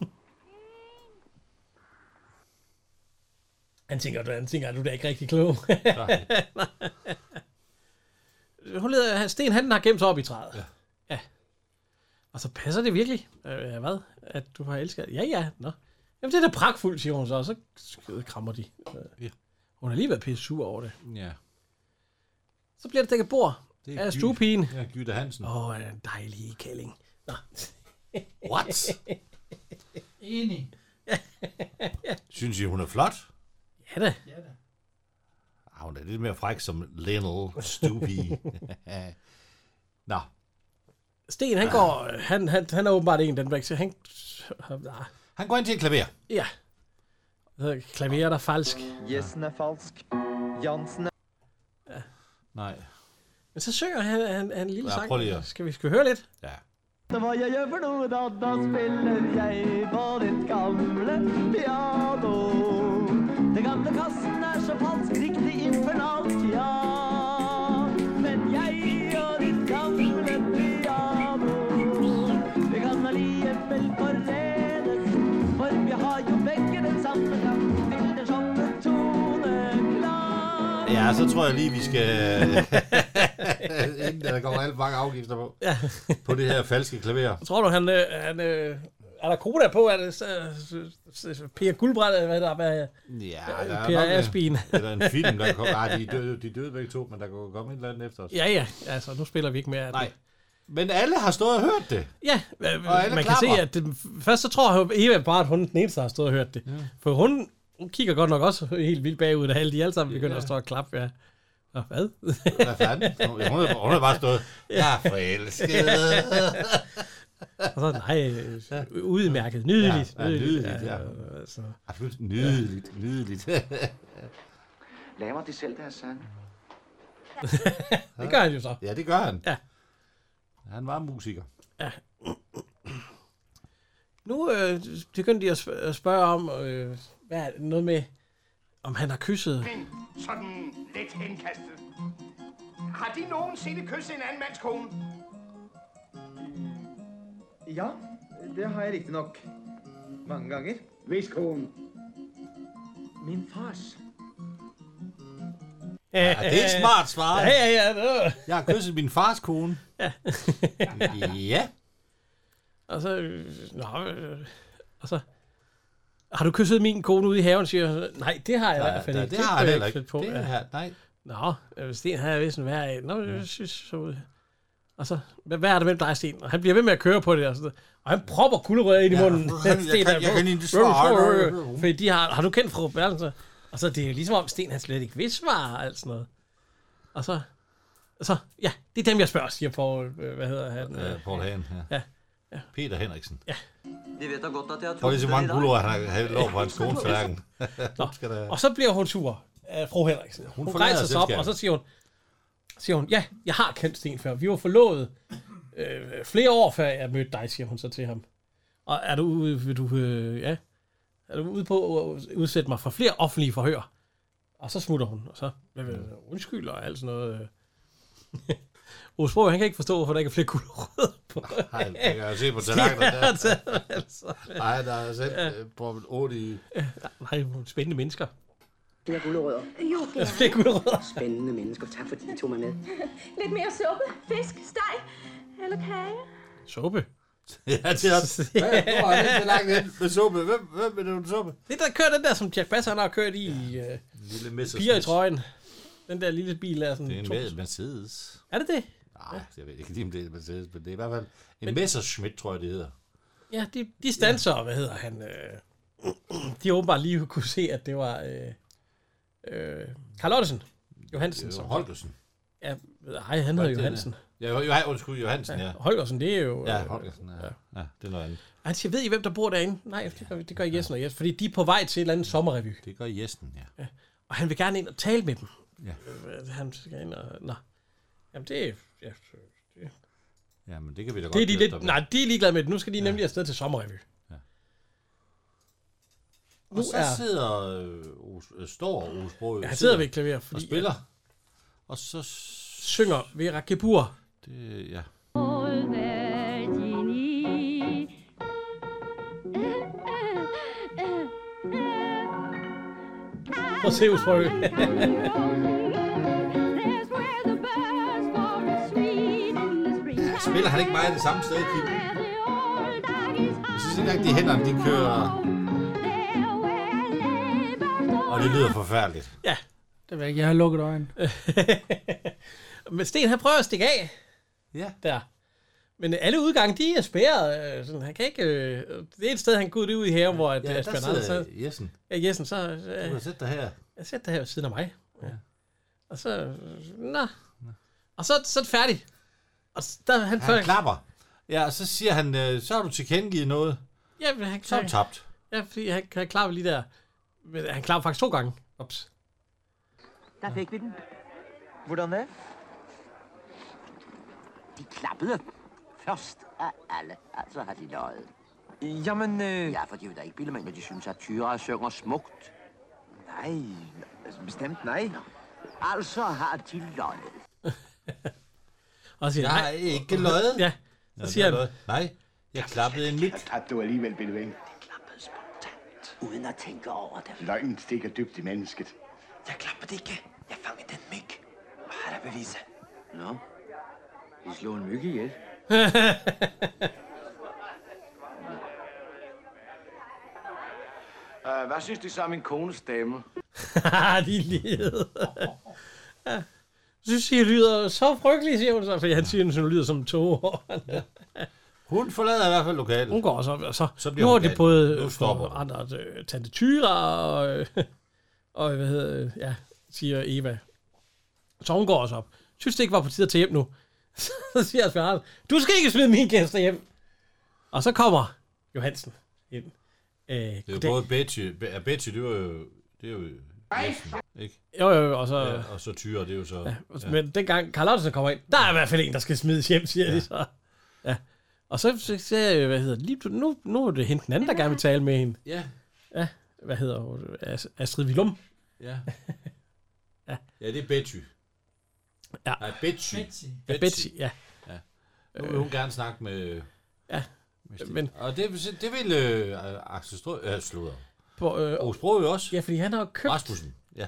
Han tænker, at du er ikke rigtig klog. Sten, han har gemt sig op i træet. Ja. Og så passer det virkelig. Hvad? At du har elsket... Ja. Nå. Jamen, det er da pragtfuldt, siger hun så. Og så krammer de. Ja. Hun har lige været pisse sur over det. Ja. Så bliver det dækket bord af stuepigen. Ja, Gytte Hansen. En dejlig kælling. Nå. What? Enig. Synes I, hun er flot? Ja da. Hun er lidt mere fræk som Lionel Stupi. Nå. Sten, han går... Han er åbenbart en, den væk. Han går ind til et klaver. Ja. Klaver er falsk. Jessen er falsk. Jansen er... Ja. Nej. Men så synger han en lille sang. Prøv lige at... Skal vi høre lidt? Ja. Hva jeg gjør for noe da spiller jeg på ditt gamle piano. Det gamle kassen er så falsk, riktig infernalt, ja. Men jeg og ditt gamle piano, vi kan alligevel forenes, for vi har jo begge den samme gang til den samme tone klar. Ja, så tror jeg lige, vi skal... inden der kommer alt mange afgifter på. Ja. På det her falske klaver. Tror du, han er der koda på? Er det Per Guldbræt, hvad der er? Ja, der er Per Asbin. Det er en film, der kommer. Nej, de døde begge to, men der kan komme et eller andet efter os. Ja, altså nu spiller vi ikke mere. Nej. Men alle har stået og hørt det. Ja, man kan klapper. se, at først så tror jeg, Eva bare, at hun er den eneste, der har stået og hørt det. Ja. For hun kigger godt nok også helt vildt bagud, da de alle sammen begynder at stå og klappe. Ja. Og hvad? Hvad fanden? Hun har bare stået, jeg er forelsket. Og så, nej, udmærket, nydeligt. Ja, nydeligt, ja. Altså. Absolut nydeligt. Laver de selv deres sang? Det gør han jo så. Ja, det gør han. Ja. Han var musiker. Ja. Nu begyndte de at spørge om, hvad er det, noget med, om han har kysset. Men sådan lidt henkastet. Har de nogensinde kysset en anden mands kone? Ja, det har jeg riktig nok. Mange ganger. Hvis kone? Min fars. Ja, det er et smart svar. Ja. Jeg har kysset min fars kone. Ja. Ja. Og så, har du kysset min kone ude i haven, siger jeg. Nej, det har jeg i hvert fald ikke. Det har jeg heller ikke. På. Det her, nej. Nå, Sten har jeg vist en værre af. Nå, jeg synes så ud. Og så, hvad er det med dig, Sten? Og han bliver ved med at køre på det. Og han propper gulerødder ind i munden. Jeg kan ikke svare. Fordi de har du kendt fru Bertelsen? Og så det er jo ligesom om Sten han slet ikke vil svare og alt sådan noget. Og så, ja, det er dem, jeg spørger, siger Poul, hvad hedder han? Poul Hagen, ja. Peter Henriksen. Ja. Det ved jeg godt, at jeg tror. Prøv lige så mange gulerødder, han har lov på hans kones tallerken. Og så bliver hun sur, fru Henriksen. Hun rejser sig op, og så siger hun, ja, jeg har kendt Sten før. Vi var forlovet flere år før jeg mødte dig, siger hun så til ham. Og er du ude på at udsætte mig for flere offentlige forhør? Og så smutter hun, og så undskyld og alt sådan noget. Osbro, han kan ikke forstå, hvorfor der ikke er flere gulerødder på. Nej, jeg kan jo se på tallerkenen der. Nej, der er selv på 8 i... Nej, spændende mennesker. Flere gulerødder. Jo, det er flere gulerødder. Spændende mennesker. Tak fordi I tog mig med. Lidt mere suppe, fisk, steg eller kage. Suppe? Ja, det er også. Hvor er det så langt hen med suppe? Hvem er det med suppe? Det der kører den der, som Jack Bass han har kørt i piger i trøjen. Den der lille bil er sådan... Det er en Mercedes. Er det det? Nej, jeg ved ikke lige, om det er Mercedes, men det er i hvert fald en Messerschmitt, tror jeg, det hedder. Ja, de standser, hvad hedder han? De har åbenbart lige kunne se, at det var Carl Ottesen. Johansen. Holgersen. Ja, nej, han hedder Johansen. Ja, undskyld, Johansen, ja. Holgersen, det er jo... Ja, Holgersen, ja. Ja, det er noget andet. Han siger, ved I, hvem der bor derinde? Nej, det gør Jessen og Jessen, fordi de er på vej til et eller andet sommerrevy. Det gør Jessen, ja. Og han vil gerne ind og tale med dem. Ja. Han skal ind og... Nå. Jamen, det er... Ja, men det kan vi da godt... Det er de lidt... Nej, de er ligeglade med det. Nu skal de nemlig afsted til sommerrevy. Ja. Nu og så står Osbro... Ja, han sidder ved et klaver, fordi... Og spiller. Og så... Synger Vera Gabor. Det... Ja. Prøv at se, Osbro. Spiller han ikke meget det samme sted, Kim? Jeg synes ikke engang, de hænderne, de kører... Og det lyder forfærdeligt. Ja. Det ved jeg ikke, jeg har lukket øjnene. Men Sten, han prøver at stikke af. Ja. Der. Men alle udgange, de er spærret. Sådan, han kan ikke... det er et sted, han går ud i haven, hvor... Ja, der sidder Jessen. Ja, Jessen, så... Du kan sætte dig her. Jeg sætter dig her ved siden af mig. Ja. Og så... Nå. Og så er det færdigt. Og der, han klapper. Ja, og så siger han, så har du tilkendegivet noget. Ja, så er du tabt. Ja, fordi han klapper lige der. Men han klapper faktisk 2 gange. Ups. Der fik vi den. Hvordan det? De klappede først af alle, altså har de løjet. Jamen, Ja, for de vil da ikke bilde mig, når de synes, at Tyra synger smukt. Nej, altså bestemt nej. Altså har de løjet. Og siger, jeg har ikke løjet. Ja, så siger han. Nej, jeg klappede en myg. Der tabte du alligevel, Bill Wayne. Uden at tænke over det. Løgnen stikker dybt i mennesket. Jeg klappede ikke. Jeg fangede den myg. Hvad har der beviser? Nå, vi slog en myg ihjel. Hvad synes de så om min kones stemme? De leder. Ja. Synes, I lyder så frygteligt, siger hun så, fordi han siger, at hun lyder som 2 år. Hun forlader i hvert fald lokalet. Hun går også op, og så bliver nu hun har de gal. både Nu stopper for andre Tante Tyra og hvad hedder ja, siger Eva. Så hun går også op. Synes det ikke var på tide at tage hjem nu. Så siger Asbjørn, du skal ikke smide mine gæster hjem. Og så kommer Johansen ind. Det er jo både Betty. Betty, det er jo næsten, ikke? Jo, og så... Ja, og så Tyra, det er jo så... Ja, men dengang Carl Ottesen kommer ind, der er i hvert fald en, der skal smides hjem, siger de så. Ja. Og så siger jeg, hvad hedder det, lige nu er det hende den anden, der gerne vil tale med hende. Ja. Ja, hvad hedder hun? Astrid Willum. Ja. Ja, det er Betty. Ja. Nej, Betty. Ja, Betty, ja. Nu vil hun gerne snakke med... Ja. Men, og det vil Axel Sludder. På Sprog jo også. Ja, fordi han har købt... Rasmussen, ja.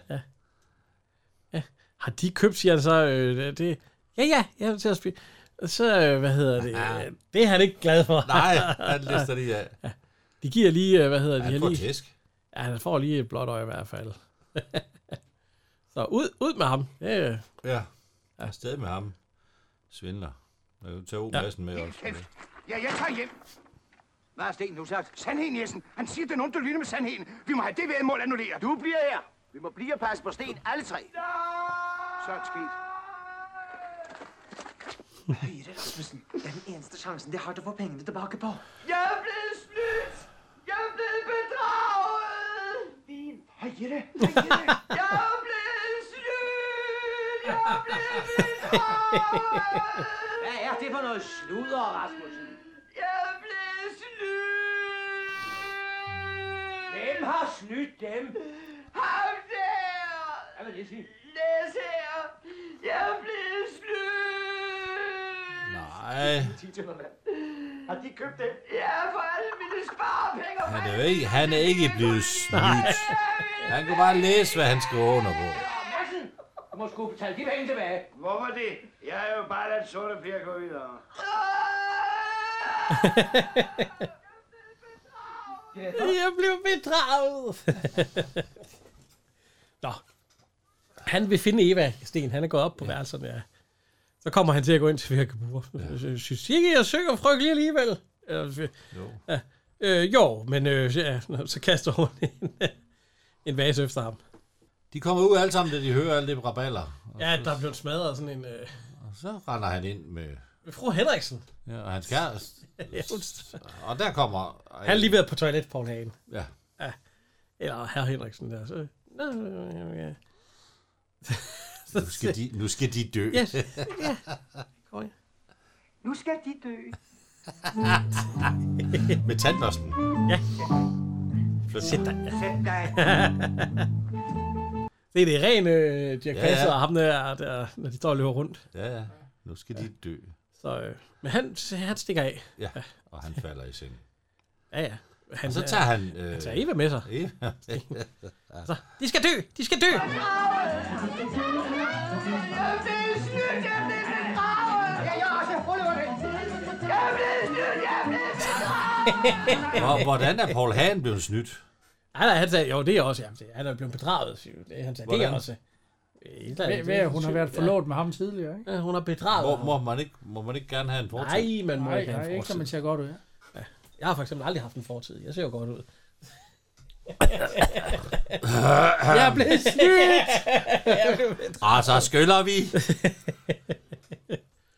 Har de købt, siger han så, det... Ja, jeg vil til at spille. Så, hvad hedder det? Det er han ikke glad for. Nej, han lister lige af. Ja. De giver lige, hvad hedder det? Han får lige... tæsk. Ja, han får lige et blåt øje i hvert fald. Så ud med ham. Ja, afsted med ham. Svindler. Jeg kan tage Madsen med også. Ja, jeg tager hjem. Hvad har Sten nu sagt? Sandheden, Jessen. Han siger, den onde lyne med sandheden. Vi må have det vedmål annulleret. Du bliver her. Vi må blive og passe på Sten, alle 3. Så er det sket. Højre, Rasmussen. Det er den eneste chancen, de har til at få pengene tilbage på. Jeg er blevet snydt! Jeg er blevet bedraget! Din højre. Jeg er blevet snydt! Jeg er blevet bedraget! Hvad er det for noget sludder, Rasmussen? Jeg er blevet snydt! Hvem har snydt dem? Ham der! Hvad vil det sige? Læs her! Jeg er blevet snydt! Nej. Har de købt det? Ja, for alle mine sparepenge. Han er ikke blevet snydt. Han kan bare læse, hvad han skriver under på. Madsen, du må sgu betale de penge tilbage. Hvorfor det? Jeg er jo bare ladt sorte Per gå videre. Jeg blev bedraget. Nå. Han vil finde Eva, Sten. Han er gået op på værelserne, ja. Så kommer han til at gå ind til Virkebur. Synes ikke, jeg synger frygtelig alligevel? Jo. Ja. Jo, men ja, så kaster hun en vase efter ham. De kommer ud alle sammen, da de hører alle det raballer. Ja, der er blevet smadret sådan en... Og så render han ind med fru Henriksen. Ja, og hans kæreste. Og der kommer... Han har lige været på toilet, Poul Hagen. Ja. Eller herr Henriksen der. Så... Ja. Nu skal de dø. Ja. Kom. Nu skal de dø. Med tandbørsten. Ja. Sæt dig. Det er ren Dirk Passer og ham der, når de står og løber rundt. Ja. Nu skal de dø. Så, men han stikker af. Ja, og han falder i seng. Ja. Og så tager han... Han tager Eva med sig. Eva. Så, de skal dø! De skal dø! Hvordan er Poul Hagen blevet snydt? Nej, han sagde, jo, det er også, han er blevet bedraget. Han sagde, det er også. Hun har været forlovet med ham tidligere, ikke? Ja, hun har bedraget. Må man ikke gerne have en fortid? Nej, man må ikke have en fortid. Ikke, så man ser godt ud, ja. Jeg har for eksempel aldrig haft en fortid. Jeg ser jo godt ud. Jeg er blevet snydt! Så skyller vi.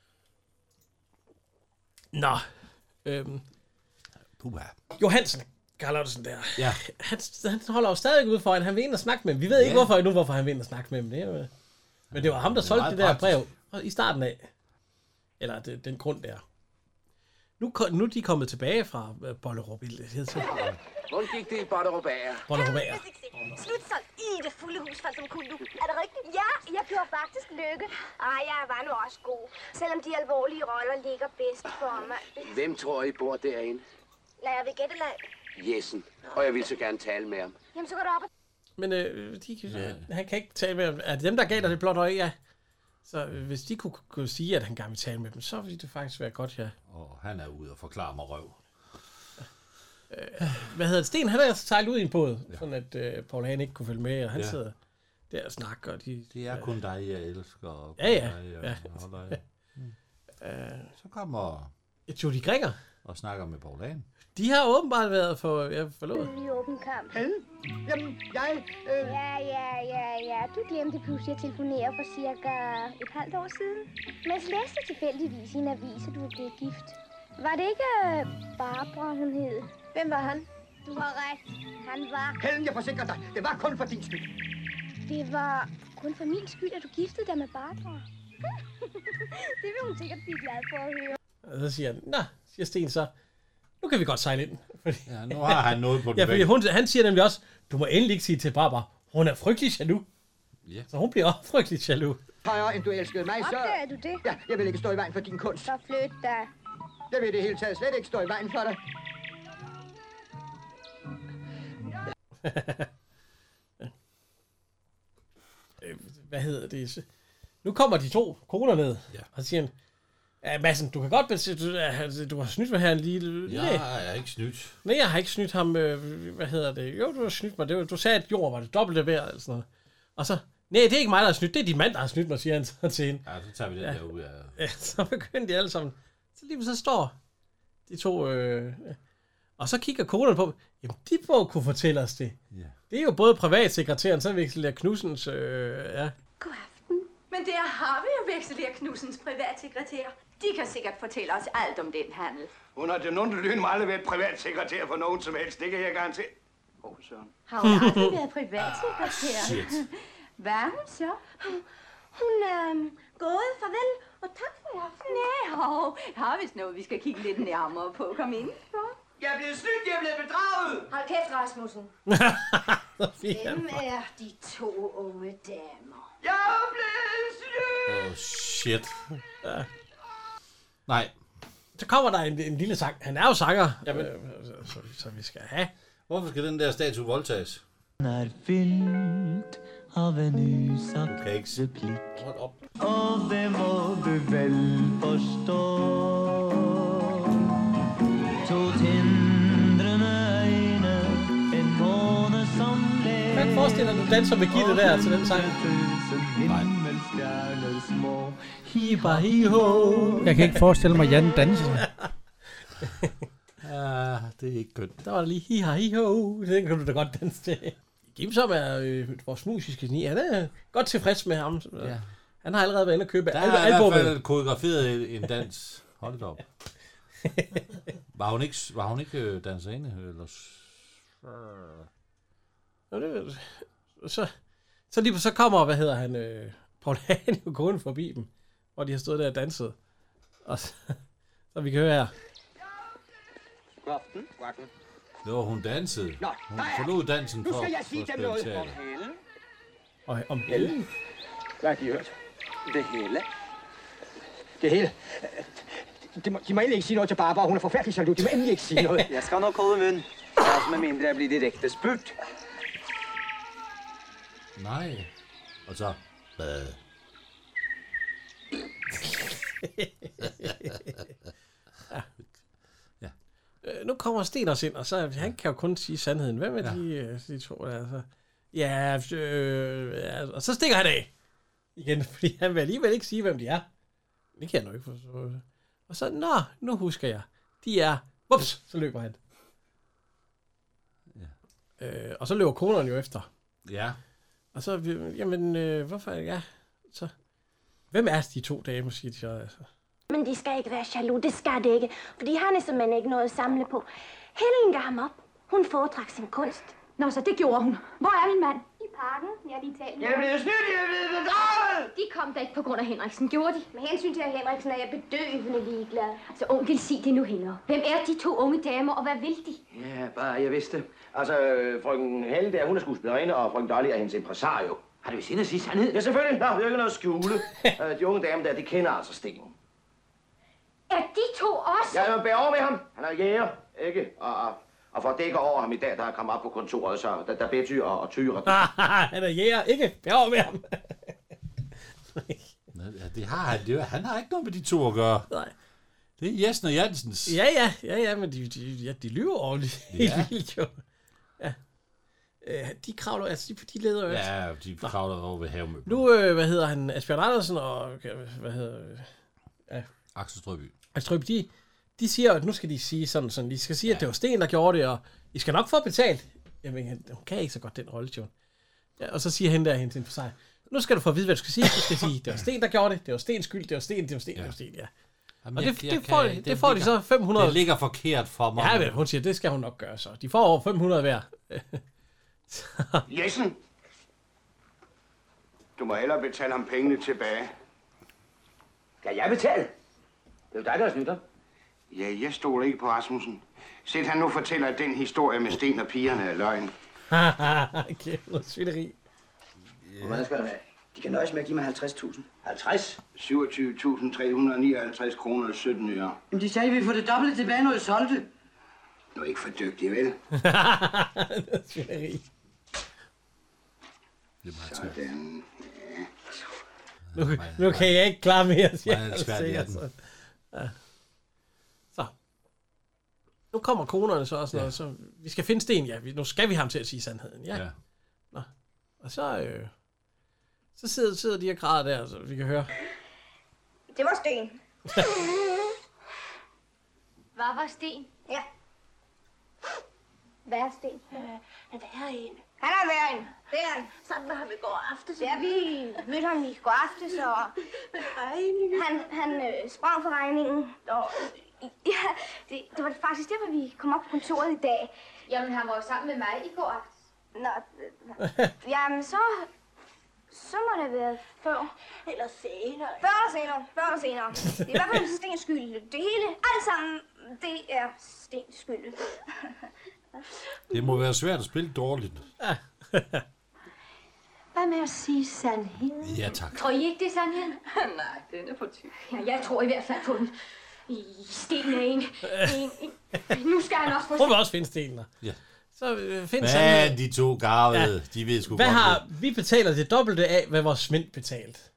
Nå. Johansen. Carl Ottesen der. Ja. Han holder jo stadig ude foran. Han vil ind og snakke med dem. Vi ved ikke hvorfor han vil ind og snakke med dem. Det er jo... Men det var ham, der solgte det der brev i starten af. Eller den grund der. Nu er de kommet tilbage fra Bollerup. Hvordan gik det i Bollerup Ager? Bollerup Ager. Slutsolgt i det fulde hus, faldt som kunne. Er det rigtigt? Ja, jeg gjorde faktisk lykke. Ej, jeg var nu også god. Selvom de alvorlige roller ligger bedst for mig. Hvem tror I bor derinde? Lad jeg ved gættelag. Jessen. Og jeg vil så gerne tale med ham. Jamen, så går du op og... Men han kan ikke tale med dem. Er det dem, der gav dig det blåt øje? Ja. Så hvis de kunne sige, at han gerne vil tale med dem, så ville det faktisk være godt, ja. Og han er ude og forklare mig røv. Hvad hedder det? Sten, han er sejlet ud i en båd, sådan at Paul Hagen ikke kunne følge med, og han sidder der og snakker. Og det er kun dig, jeg elsker. Ja. Så kommer Judy Gringer og snakker med Paul Hagen. De har åbenbart været forlovet. I åben kamp. Jamen, jeg... Ja. Du glemte pludselig at telefonere for cirka et halvt år siden. Men læste tilfældigvis i en avis, at du var blevet gift. Var det ikke Barbara, hun hed? Hvem var han? Du har ret. Han var... Helen, jeg forsikrer dig. Det var kun for din skyld. Det var kun for min skyld, at du giftede dig med Barbara. Det vil hun sikkert blive glad for at høre. Og så siger han, siger Sten så, nu kan vi godt sejle ind. Ja, nu har han noget på den fordi han siger nemlig også, du må endelig ikke sige til Barbara, hun er frygtelig jaloux. Ja. Så hun bliver også frygtelig jaloux. Højere end du elskede mig, så... Opdager du det? Ja, jeg vil ikke stå i vejen for din kunst. Så flyt dig. Jeg vil i det hele taget slet ikke stå i vejen for dig. Hvad hedder det? Nu kommer de to koner ned, og så siger han, Madsen, du kan godt du har snydt mig her en lille... Jeg har ikke snydt. Nej, jeg har ikke snydt ham. Hvad hedder det? Jo, du har snydt mig. Du sagde, at jord var det dobbelte værd, eller sådan noget. Og så, nej, det er ikke mig, der har snydt. Det er din mand, der har snydt mig, siger han så til hende. Ja, så tager vi den der ud af... Ja, så begynder de alle sammen. Så lige så står de to... og så kigger konerne på, jamen, de må kunne fortælle os det. Ja. Det er jo både privatsekretæren, så Vekselier Knudsens... God aften. Men der har vi jo Vekselier Knudsens privatsekretær. De kan sikkert fortælle os alt om den handel. Hun har til nogen lyn aldrig været privatsekretær for nogen som helst. Det kan jeg garantere. Søren. Har hun aldrig været privatsekretær? Hvad er hun så? Hun er gået. Farvel og tak for i aften. Nej, jeg har vist noget, vi skal kigge lidt nærmere på. Kom ind. Jeg er blevet snydt, jeg er blevet bedraget. Hold kæft, Rasmussen. Hvem er de to unge damer? Jeg er blevet snydt. Shit. Ja. Nej. Så kommer der en lille sang. Han er jo sanger, så vi skal have. Hvorfor skal den der statue voldtages? Er fyldt av en usagt replik. Og det må du vel forstå. To tindrende øjne, en måne som ler. Hvad forestiller du danser med Gitte der til den sang? Jeg kan ikke forestille mig Jan danse. Det er ikke kønt. Der var lige hi-ha-hi-ho. Det kan du da godt danse til. Gibson er vores musiske geni. Han er godt tilfreds med ham. Ja. Han har allerede været inde og købe albumet. Der er i hvert fald koreograferet en dans. Hold det op. Var hun ikke danserinde? Eller... Så kommer, hvad hedder han, Paul Hagen jo gående forbi dem, hvor de har stået der og danset. Og så vi kan høre her. God aften. God aften. Det var hun dansede. Hun forlod dansen for at spille teater. Og om Helen? Hvad har de hørt? Det hele. Det hele? De må endelig ikke sige noget til Barbara. Hun er forfærdelig jaloux. De må endelig ikke sige noget. Jeg skal nok holde mund. Altså med mindre jeg bliver direkte spurgt. Nej. Og så... Ja. Nu kommer Sten også ind, og så han kan jo kun sige sandheden. Hvem er de to der? Og så stikker han af igen, fordi han vil alligevel ikke sige, hvem de er. Det kan jeg nok ikke forstå. Og så, nu husker jeg. De er... Ups, så løber han. Ja. Og så løber konerne jo efter. Ja. Og så, hvorfor... Ja, så... Hvem er de to damer, siger de så? Altså? Men de skal ikke være jaloux, det skal det ikke. For de har simpelthen ikke noget at samle på. Helen gav ham op. Hun foretrak sin kunst. Nå, så det gjorde hun. Hvor er min mand? I parken. Jeg er lige talt med. Jeg er blevet snydt, jeg er blevet bedraget! De kom da ikke på grund af Henriksen, gjorde de? Med hensyn til Henriksen er jeg bedøvende ligeglad. Så onkel, sig det nu hellere. Hvem er de to unge damer, og hvad vil de? Ja, bare jeg vidste. Altså, frøken Helle der, hun er skuespillerinde, og frøken Dolly er hendes impresario. Har du i sinde at sige sandhed? Ja, selvfølgelig. Nå, det er jo ikke noget at skjule. De unge damer der, de kender altså Sten. Er de to også? Jeg bærer over med ham. Han er jæger, ikke? Og for at dække over ham i dag, der er kommet op på kontoret, så der Betty og Tyre. Han er jæger, ikke? Bær over med ham. Ja, det har han. Han har ikke noget med de to at gøre. Nej. Det er Jessen og Jansens. Ja, men de lyver ordentligt. Ja. Helt vildt jo. Ja. De kravler, altså de leder jo. Ja, de kravler over ved havemøblen. Nu, hvad hedder han, Asbjørn Andersen og, hvad hedder, Axel Strøby. De siger, at nu skal de sige sådan, de skal sige, at det var Sten, der gjorde det, og I skal nok få betalt. Jamen, hun kan ikke så godt den rolle, John. Ja, og så siger hende der hen til sig, nu skal du få at vide, hvad du skal sige. Du skal sige, det var Sten, der gjorde det, det var Stens skyld, det var Sten, ja. Jamen, og det får de så 500. Det ligger forkert for mig. Ja, hun siger, det skal hun nok gøre så. De får over 500 hver. Jessen! Du må hellere betale ham pengene tilbage. Skal jeg betale? Det er jo dig, der snyder. Ja, jeg stoler ikke på Rasmussen. Sæt han nu fortæller, at den historie med Sten og pigerne er løgn. Okay, noget svineri. Hvor meget skal der være? De kan nøjes med at give mig 50.000. 50? 27.359 kroner og 17 øre. Jamen, de sagde, at vi får det dobbelte tilbage, når I solgte. Du er ikke for dygtig, vel? Noget svineri. Sådan. Nu kan jeg ikke klare mere, siger jeg. Ja. Så. Nu kommer konerne så også, ja. Så vi skal finde Sten, ja. Nu skal vi ham til at sige sandheden, ja. Nå. Og så sidder de og græder der, så vi kan høre. Det var Sten. Hvad var Sten? Ja. Hvad er Sten? Han er en. Han er værre en. Det er han. Sådan var han i går aftes. Ja, vi mødte ham i går aftes, og han sprang for regningen. Og ja, det var faktisk derfor, vi kom op på kontoret i dag. Jamen, han var jo sammen med mig i går aftes. Nå, jamen så må det have været før. Eller senere. Før eller senere. Det er i hvert fald Stens skyld. Det hele, alt sammen, det er Stens skyld. Det må være svært at spille dårligt. Hvad med at sige sandheden? Ja, tak. Tror I ikke, det er sandheden? Nej, den er for tyk. Ja, jeg tror i hvert fald på den. Sten er en. Nu skal han også få... Hun vil også finde Sten. Ja. Så find Men de to garvede, de ved sgu hvad godt. Har vi betaler det dobbelte af, hvad vores svend betalt.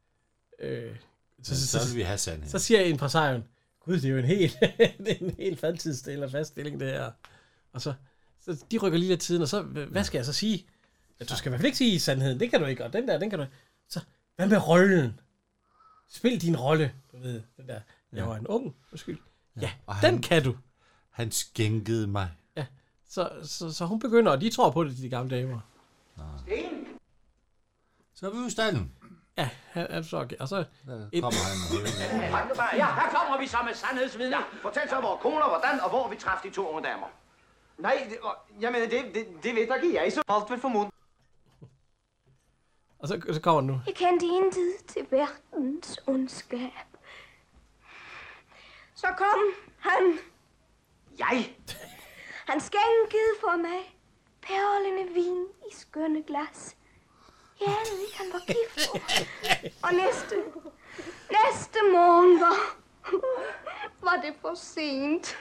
Så vil vi have sandheden. Så siger impresarioen, gud, det er jo en helt fast stilling, det her. Og så de rykker lige lidt tiden, og så, hvad skal jeg så sige? At du skal i hvert fald ikke sige sandheden, det kan du ikke, og den kan du ikke. Så, hvad med rollen? Spil din rolle, du ved, den der, jeg var en ung, undskyld. Ja, og den kan du. Han skænkede mig. Ja, så hun begynder, og de tror på det, de gamle damer. Så er vi jo i stallen. Ja, så okay. Og så kommer han. Ja, her kommer vi så med sandhedsvidner. Ja, fortæl så vores koner, hvordan og hvor vi træffede de to unge damer. Nej, det ved der jeg så alt vel formod. Og så kommer den nu. Jeg kendte intet til verdens ondskab. Så kom han. Jeg? Han skænkede for mig perlende vin i skønne glas. Jeg anede ikke, han var gift. Og næste morgen var det for sent.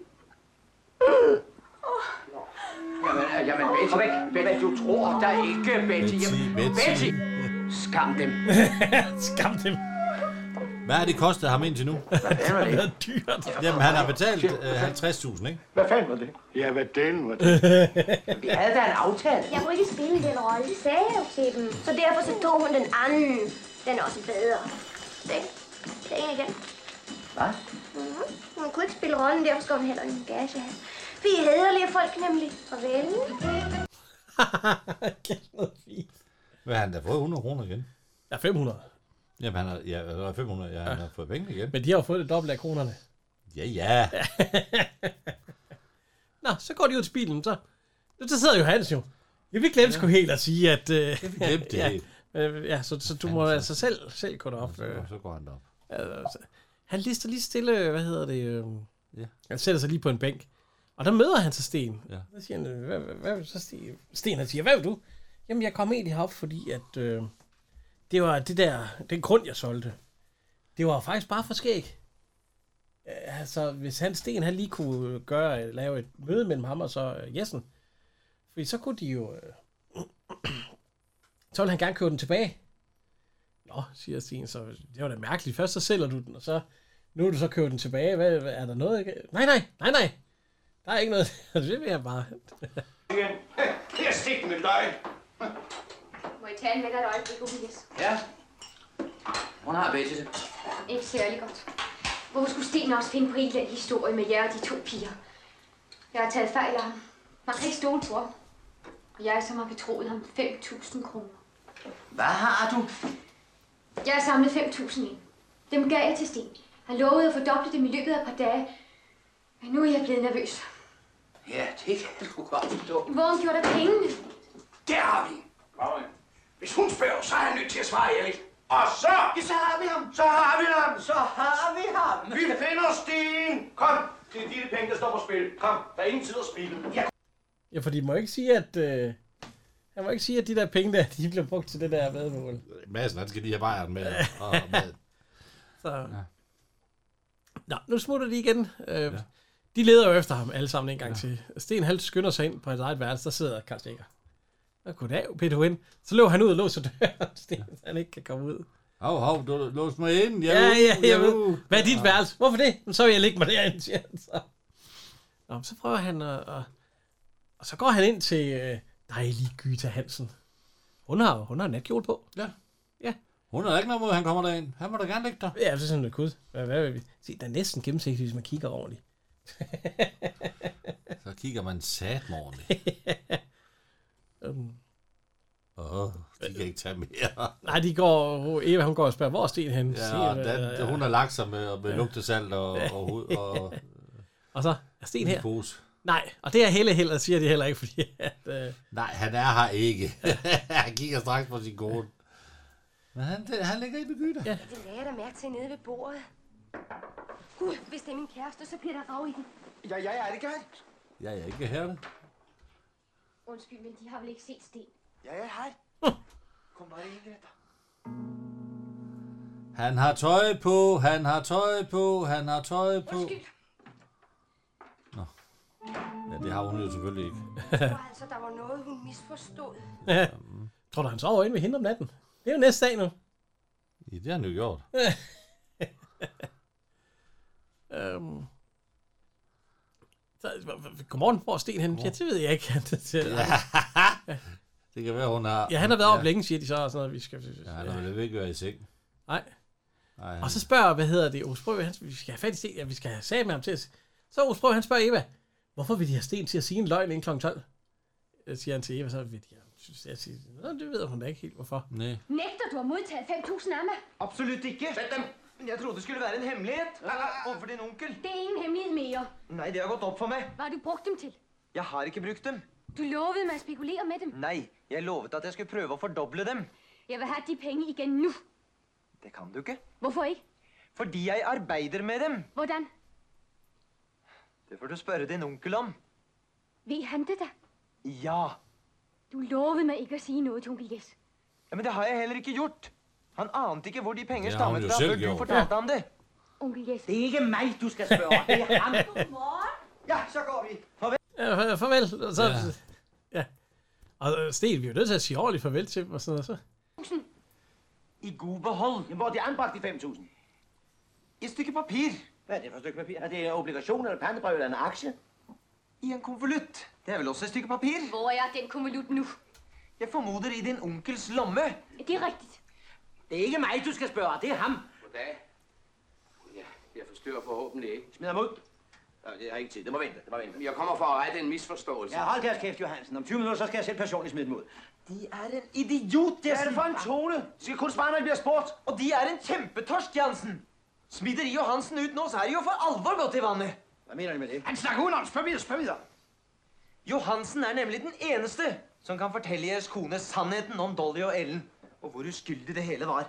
Jamen, Betty, du tror da ikke, Betty. Betty! Skam dem. Skam dem. Hvad har det kostet ham indtil nu? Hvad er det? Dyrt. Jamen, han har betalt 50.000, ikke? Hvad fanden var det? Ja, hvad den var det? Vi havde da en aftale. Jeg kunne ikke spille den rolle, det sagde jeg jo til dem. Så derfor så tog hun den anden. Den er også bedre. Det er en igen. Hvad? Hun kunne ikke spille rollen, derfor skal hun heller en gage have. Vi er hæderlige folk nemlig. Farvel. Noget fint. Hvad har han da fået 100 kroner igen? Ja, 500. Jamen, han har 500. Ja, han har fået penge igen. Men de har jo fået det dobbelt af kronerne. Ja. Nå, så går de ud til bilen, så sidder Johannes jo. Jeg vil glemte sgu helt at sige, at... Glemte det helt. Ja, så du må altså selv gå derop. Så går han derop. Han lister lige stille, han sætter sig lige på en bænk. Og der møder han så Sten. Ja. Så siger han, hvad vil så Sten? Han siger, hvad vil du? Jamen, jeg kom egentlig herop, fordi at det var den grund, jeg solgte. Det var faktisk bare for skæg. Altså, hvis Sten han lige kunne lave et møde mellem ham og så Jessen, fordi så kunne de jo... så ville han gerne købe den tilbage. Nå, siger Sten, så det var da mærkeligt. Først så sælger du den, og så nu er du så købt den tilbage. Hvad er der noget? Nej. Der er ikke noget. Det vil jeg bare. Igen. Her stik med løgn. Må jeg tale med dig et øjeblik, Tobias? Ja. Hun har Betty det. Ikke særlig godt. Hvorfor skulle Sten også finde på en eller anden historie med jer og de 2 piger? Jeg har taget fejl af ham. Man kan ikke stole på ham. Og jeg som har betroet ham 5.000 kroner. Hvad har du? Jeg har samlet 5.000 ind. Dem gav jeg til Sten. Han lovede at fordoble dem i løbet af et par dage. Men nu er jeg blevet nervøs. Ja, det kan du godt forstå. Hvor har han gjort af pengene? Der har vi. Hvis hun spørger, så er han nødt til at svare ærligt. Og så... Ja, så har vi ham. Så har vi ham. Så har vi ham. Vi finder Sten. Kom, det er de penge, der står på spil. Kom, der er ingen tid at spille. Ja, for de må ikke sige, at... han må ikke sige, at de der penge der, de bliver brugt til det der madmål. Madsen, han skal lige have bajeren med. Og mad. Så... Ja. Nå, nu smutter de igen. De leder jo efter ham alle sammen en gang til. Sten Halt skynder sig ind på hans eget værelse, der sidder Karl Stikker. Og goddag, Peter Winn. Så løber han ud og låser døren, Sten, så han ikke kan komme ud. Hov, du låser mig ind. Jeg ved. Hvad er dit værelse? Hvorfor det? Så vil jeg lægge mig derinde, siger han så. Nå, så prøver han og så går han ind til dejlige Gyta Hansen. Hun har natkjole på. Ja. Ja. Hun har ikke noget mod, han kommer derind. Han må da gerne ligge der. Ja, så sådan noget kud. Hvad vil vi? Se, der er næsten gennemsigtigt, hvis man kigger ordentligt. Så kigger man satme ordentligt. De kan ikke tage mere. Nej, Eva, hun går og spørger, hvor er Sten henne? Ja, hun har lagt sig med lugtesalt og og så er Sten her. Pose. Nej, og det er heller, siger de heller ikke, fordi at... Nej, han er her ikke. Han kigger straks på sin kone. Men han ligger i Gyta. Ja. Det lagde jeg da mærke til nede ved bordet. Gud, hvis det er min kæreste, så bliver der rav i den. Ja, er det galt? Ja, jeg ikke her det. Undskyld, men de har vel ikke set Sten? Ja, hej. Kom bare ind efter. Han har tøj på. Undskyld. Nå. Ja, det har hun jo selvfølgelig ikke. Altså, der var noget, hun misforstod. Ja. Tror du, han sover inde ved hende om natten? Det er jo næste dag nu. Ja, det har han jo gjort. Godmorgen, hvor er Sten henne? Ja, det ved jeg ikke. Det kan være, hun har... Ja, han har været op længe, siger de så. Og sådan noget. Ja, han har vel ikke været i seng. Nej. Og så spørger, Osprøv, vi skal have fat i Sten. Ja, vi skal have sat med ham til. Så Osprøv, han spørger Eva, hvorfor vil de have Sten til at sige en løgn inden kl. 12? Siger han til Eva, så vil de... Jeg siger, det ved hun da ikke helt, hvorfor. Nej. Nægter du at modtage 5.000 af mig? Absolut ikke. Sæt dem. Men jeg troede, det skulle være en hemmelighed. Overfor din onkel. Det er ingen hemmelighed mere. Nej, det har gått op for mig. Hvad har du brugt dem til? Jeg har ikke brugt dem. Du lovede mig at spekulere med dem. Nej, jeg lovede, at jeg skulle prøve at fordoble dem. Jeg vil have de penge igen nu. Det kan du ikke. Hvorfor ikke? Fordi jeg arbejder med dem. Hvordan? Det får du spørge din onkel om. Ved han det da? Ja. Du lovede mig ikke at sige noget til onkel Jes. Jamen, det har jeg heller ikke gjort. Han anede ikke, hvor de penge Ja, stammet han fra, jo før selv du fortalte ham det. Onkel Jes. Det er ikke mig, du skal spørge. Det er ham. Ja, så går vi. Farvel. Ja, farvel. Og så, ja. Og Sten, vi er jo nødt til at sige ordentligt farvel til dem og sådan noget. Så. I god behold. Jamen, hvor er de anbragt de 5.000? Et stykke papir. Hvad er det for et stykke papir? Er det en obligation eller pantebrev eller en aktie? I en konvolut. Det er vel også et stykke papir? Hvor er den konvolut nu? Jeg formoder i din onkels lomme. Det er rigtigt. Det er ikke mig, du skal spørge. Det er ham. Goddag. Ja, jeg forstyrrer forhåbentlig ikke. Smid ham ud. Jeg har ikke tid. Det må vente. Jeg kommer for at rette en misforståelse. Ja, hold deres kæft, Johansen. Om 20 minutter, så skal jeg selv personligt smide dem ud. De er en idiot. Det er det for en tone. De skal kun spare, når de bliver spurgt. Og de er en kæmpetorsk, Jansen. Smider I Johansen ud nu, så er de jo for alvor gått i vandet. Hvad mener de med det? Han snakker udenom. Spørg videre. Johansen er nemlig den eneste, som kan fortælle jeres kone sandheden om Dolly og Ellen, og hvor uskyldig det hele var.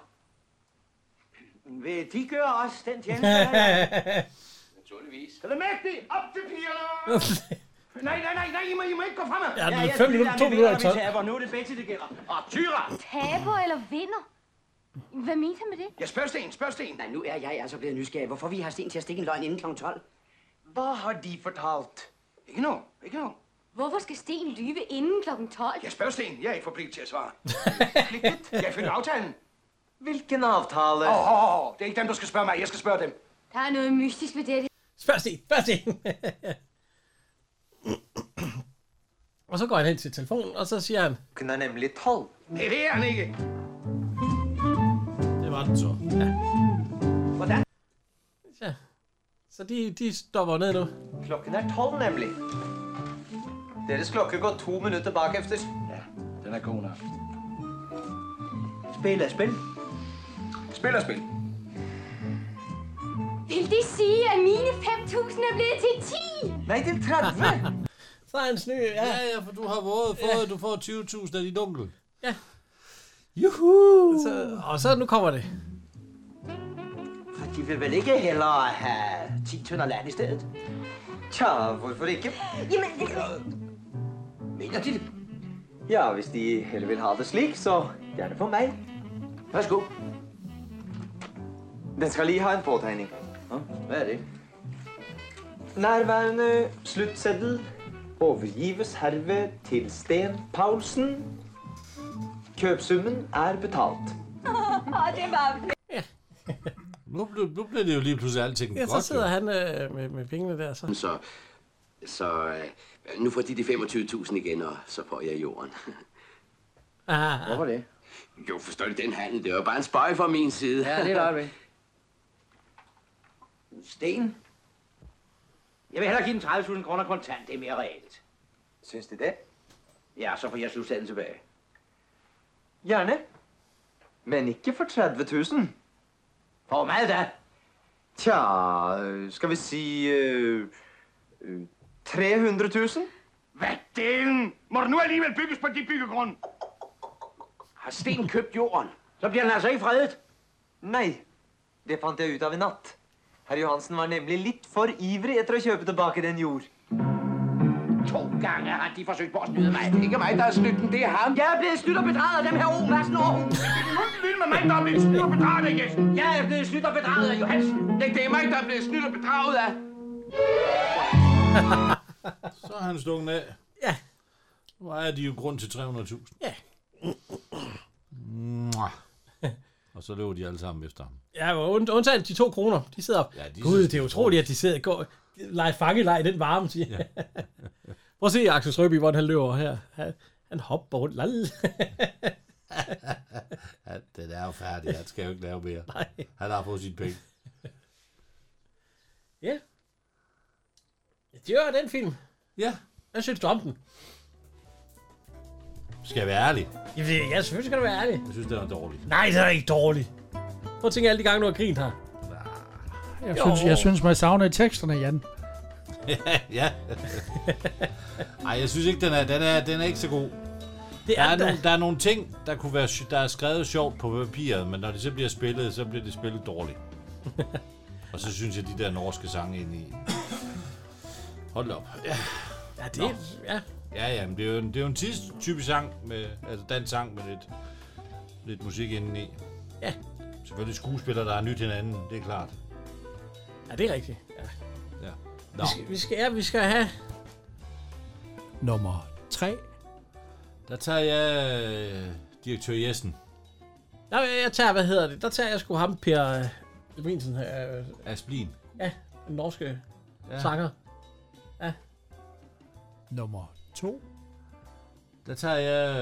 Vil de gøre os den tjeneste? Naturligvis. Så det mægtigt! Op til pigerne! Nej, I må ikke gå frem. Ja, det er 5 minutter, 2 minutter i 12. Nu er det Betty, det gælder. Og Tyra! Taber eller vinder? Hvad mener han med det? Ja, spørg Sten. Nej, nu er jeg altså blevet nysgerrig. Hvorfor vi har Sten til at stikke en løgn inden kl. 12? Hvad har de fortalt? Ikke noget. Hvorfor skal Sten lyve inden klokken 12? Jeg spørger Sten. Jeg er ikke forpligtet til at svare. Jeg følger aftalen. Hvilken aftale? Det er ikke dem, der skal spørge mig. Jeg skal spørge dem. Der er noget mystisk ved det. Spørg Sten. Og så går han hen til telefonen, og så siger han... Kun er nemlig 12. Nej, det er han ikke. Det var den så. Ja. Hvordan? Ja. Så de stopper ned nu. Klokken er 12 nemlig. Deres klokke går 2 minutter bak efter. Ja, den er god nok. Spil. Spil. Vil det sige, at mine 5.000 er blevet til 10? Nej, det er 30. Så er han sny, Ja, for du har fået, du får 20.000 af din onkel. Ja. Juhu! Og så nu kommer det. For de vil vel ikke hellere have 10 tønder land i stedet? Tja, hvorfor ikke? Jamen, Mener de det? Ja, hvis de heller vil have det slik, så gerne for mig. Værsgo. Den skal lige have en påtegning. Hvad er det? Nærværende slutseddel overgives herved til Sten Paulsen. Købsummen er betalt. Det var Nu bliver det jo lige pludselig alting Ja, godt. så sidder han med pengene der. Så nu får de 25.000 igen, og så får jeg jorden. Hvorfor det? Jo, forstår du den handel? Det var bare en spøj fra min side. Ja, det er godt. Sten? Jeg vil hellere give dem 30.000 kroner kontant. Det er mere reelt. Synes de det? Ja, så får jeg slutstaden tilbage. Gerne. Men ikke for 30.000. For meget da? Tja, skal vi sige 300.000? Hvad delen? Må der nu alligevel bygges på de byggegrund? Har Sten købt jorden? Så bliver den altså ikke fredet. Nej, det fandt jeg ud af i nat. Herr Johansen var nemlig lidt for ivrig efter at købe tilbage den jord. 2 gange har de forsøgt på at snyde mig. Ikke mig, der er snydt den, det er ham. Jeg er blevet snydt og bedraget af dem her O. Madsen Aarhus. Nu vil med mig, der er blevet snydt og bedraget af Jessen. Jeg er blevet snydt og bedraget af Johansen. Det er mig, der er blevet snydt og bedraget af. Så er han stukket af. Ja. Nu er de jo grund til 300.000. Ja. Og så løber de alle sammen efter ham. Ja, undtagen de 2 kroner. De sidder op. Ja, de Gud, det er utroligt, at de sidder og går... Leger fangelej i den varme, siger ja. Prøv at se Axel Strøby, hvordan han løber her. Han hopper rundt. Ja, det er jo færdigt. Han skal jo ikke lave mere. Nej. Han har fået sine penge. Ja. Det var den film. Ja. Hvad synes du om den? Skal jeg være ærlig? Ja, selvfølgelig skal du være ærlig. Jeg synes, det var dårligt. Nej, det er ikke dårligt. Prøv at tænke alle de gange, du har grint her. Jeg synes, man savner i teksterne, Jan. Ja. Ej, jeg synes ikke, den er ikke så god. Der er nogle ting, der kunne være der er skrevet sjovt på papiret, men når det så bliver spillet, så bliver det spillet dårligt. Og så synes jeg, de der norske sange ind i. Hold op. Ja, det ja. Ja, men det er jo en tidstypisk sang med dansk sang med lidt musik indeni. Ja. Selvfølgelig skuespillere, der har nyt hinanden, det er klart. Ja, det er rigtigt. Ja. Nå. Vi skal have... Nummer 3. Der tager jeg direktør Jessen. Jeg tager, Der tager jeg sgu ham, Per Levinsen. Asplin. Ja, den norske sanger. Ja. Nummer 2. Der tager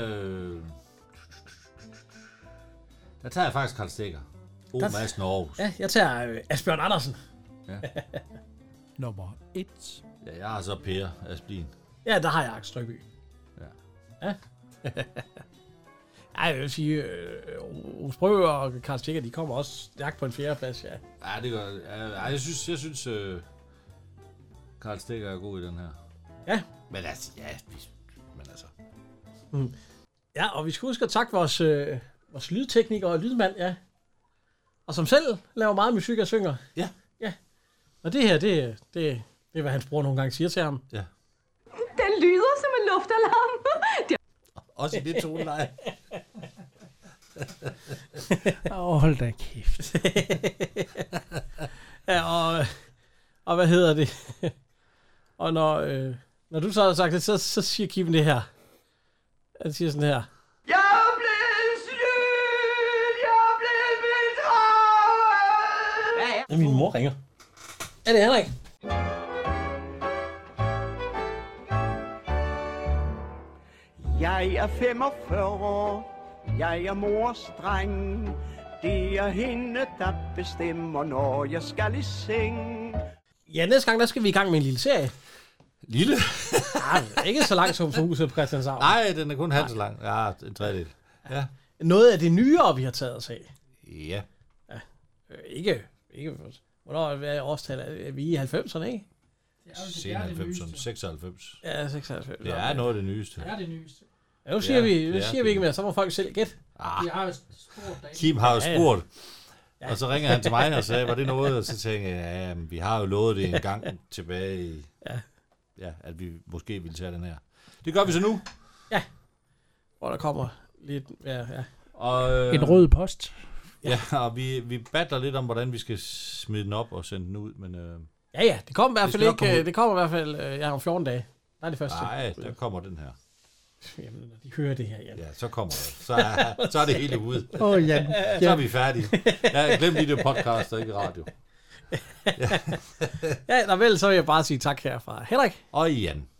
jeg faktisk Karl Stikker. Madsen Aarhus. Ja, jeg tager Asbjørn Andersen. Ja. Nummer 1. Ja, jeg har så Per Asplin. Ja, der har jeg Axel Strøby. Ja. Ej, jeg vil sige, Rus Brøgger og Karl Stikker, de kommer også stærkt på en 4. plads, ja. Ja, det gør jeg synes Karl Stikker er god i den her. Ja. Men altså, ja. Men altså. Ja, og vi skal huske at takke vores lydtekniker og lydmand, ja. Og som selv laver meget musik og synger. Ja. Ja. Og det her, det er, hvad hans bror nogle gange siger til ham. Ja. Den lyder som en luftalarm. Også i det toneleje. Hold da kæft. Ja, og hvad hedder det? Og når du så har sagt det, så siger Kim det her. Han siger sådan her. Jeg er blevet snydt! Jeg er blevet bedraget! Ja, min mor ringer. Er det Henrik? Jeg er 45 år. Jeg er mors dreng. Det er hende, der bestemmer, når jeg skal i seng. Ja, næste gang, der skal vi i gang med en lille serie. Lille? Ja, ikke så langt som huset på Christianshavn. Nej, den er kun halvt så lang. Ja, en tredjedel. Ja. Noget af det nyere, vi har taget os af. Ja. Ja. Ikke. Hvornår er årstallet? Er vi i 90'erne, ikke? Sen 90'erne. 96. Ja, 96. Det er noget af det nyeste. Det er det nyeste. Ja, nu siger vi ikke mere, så må folk selv gætte. Kim har jo spurgt, og så ringer han til mig og sagde, var det noget? Og så tænkte jeg, ja, vi har jo lovet det en gang tilbage i, at vi måske ville tage den her. Det gør vi så nu. Ja. Hvor der kommer lidt, ja. Og, en rød post. Ja, og vi battler lidt om, hvordan vi skal smide den op og sende den ud, men... Ja, det kommer i hvert fald ikke, det kommer i hvert fald om 14 dage. Der er det første. Nej, der kommer den her. Jamen, når de hører det her, Jan. Ja, så kommer det. Så er det hele ude. Jan. Så er vi færdige. Ja, glem lige det podcast og ikke radio. Ja, vel, så vil jeg bare sige tak her fra Henrik. Og Jan.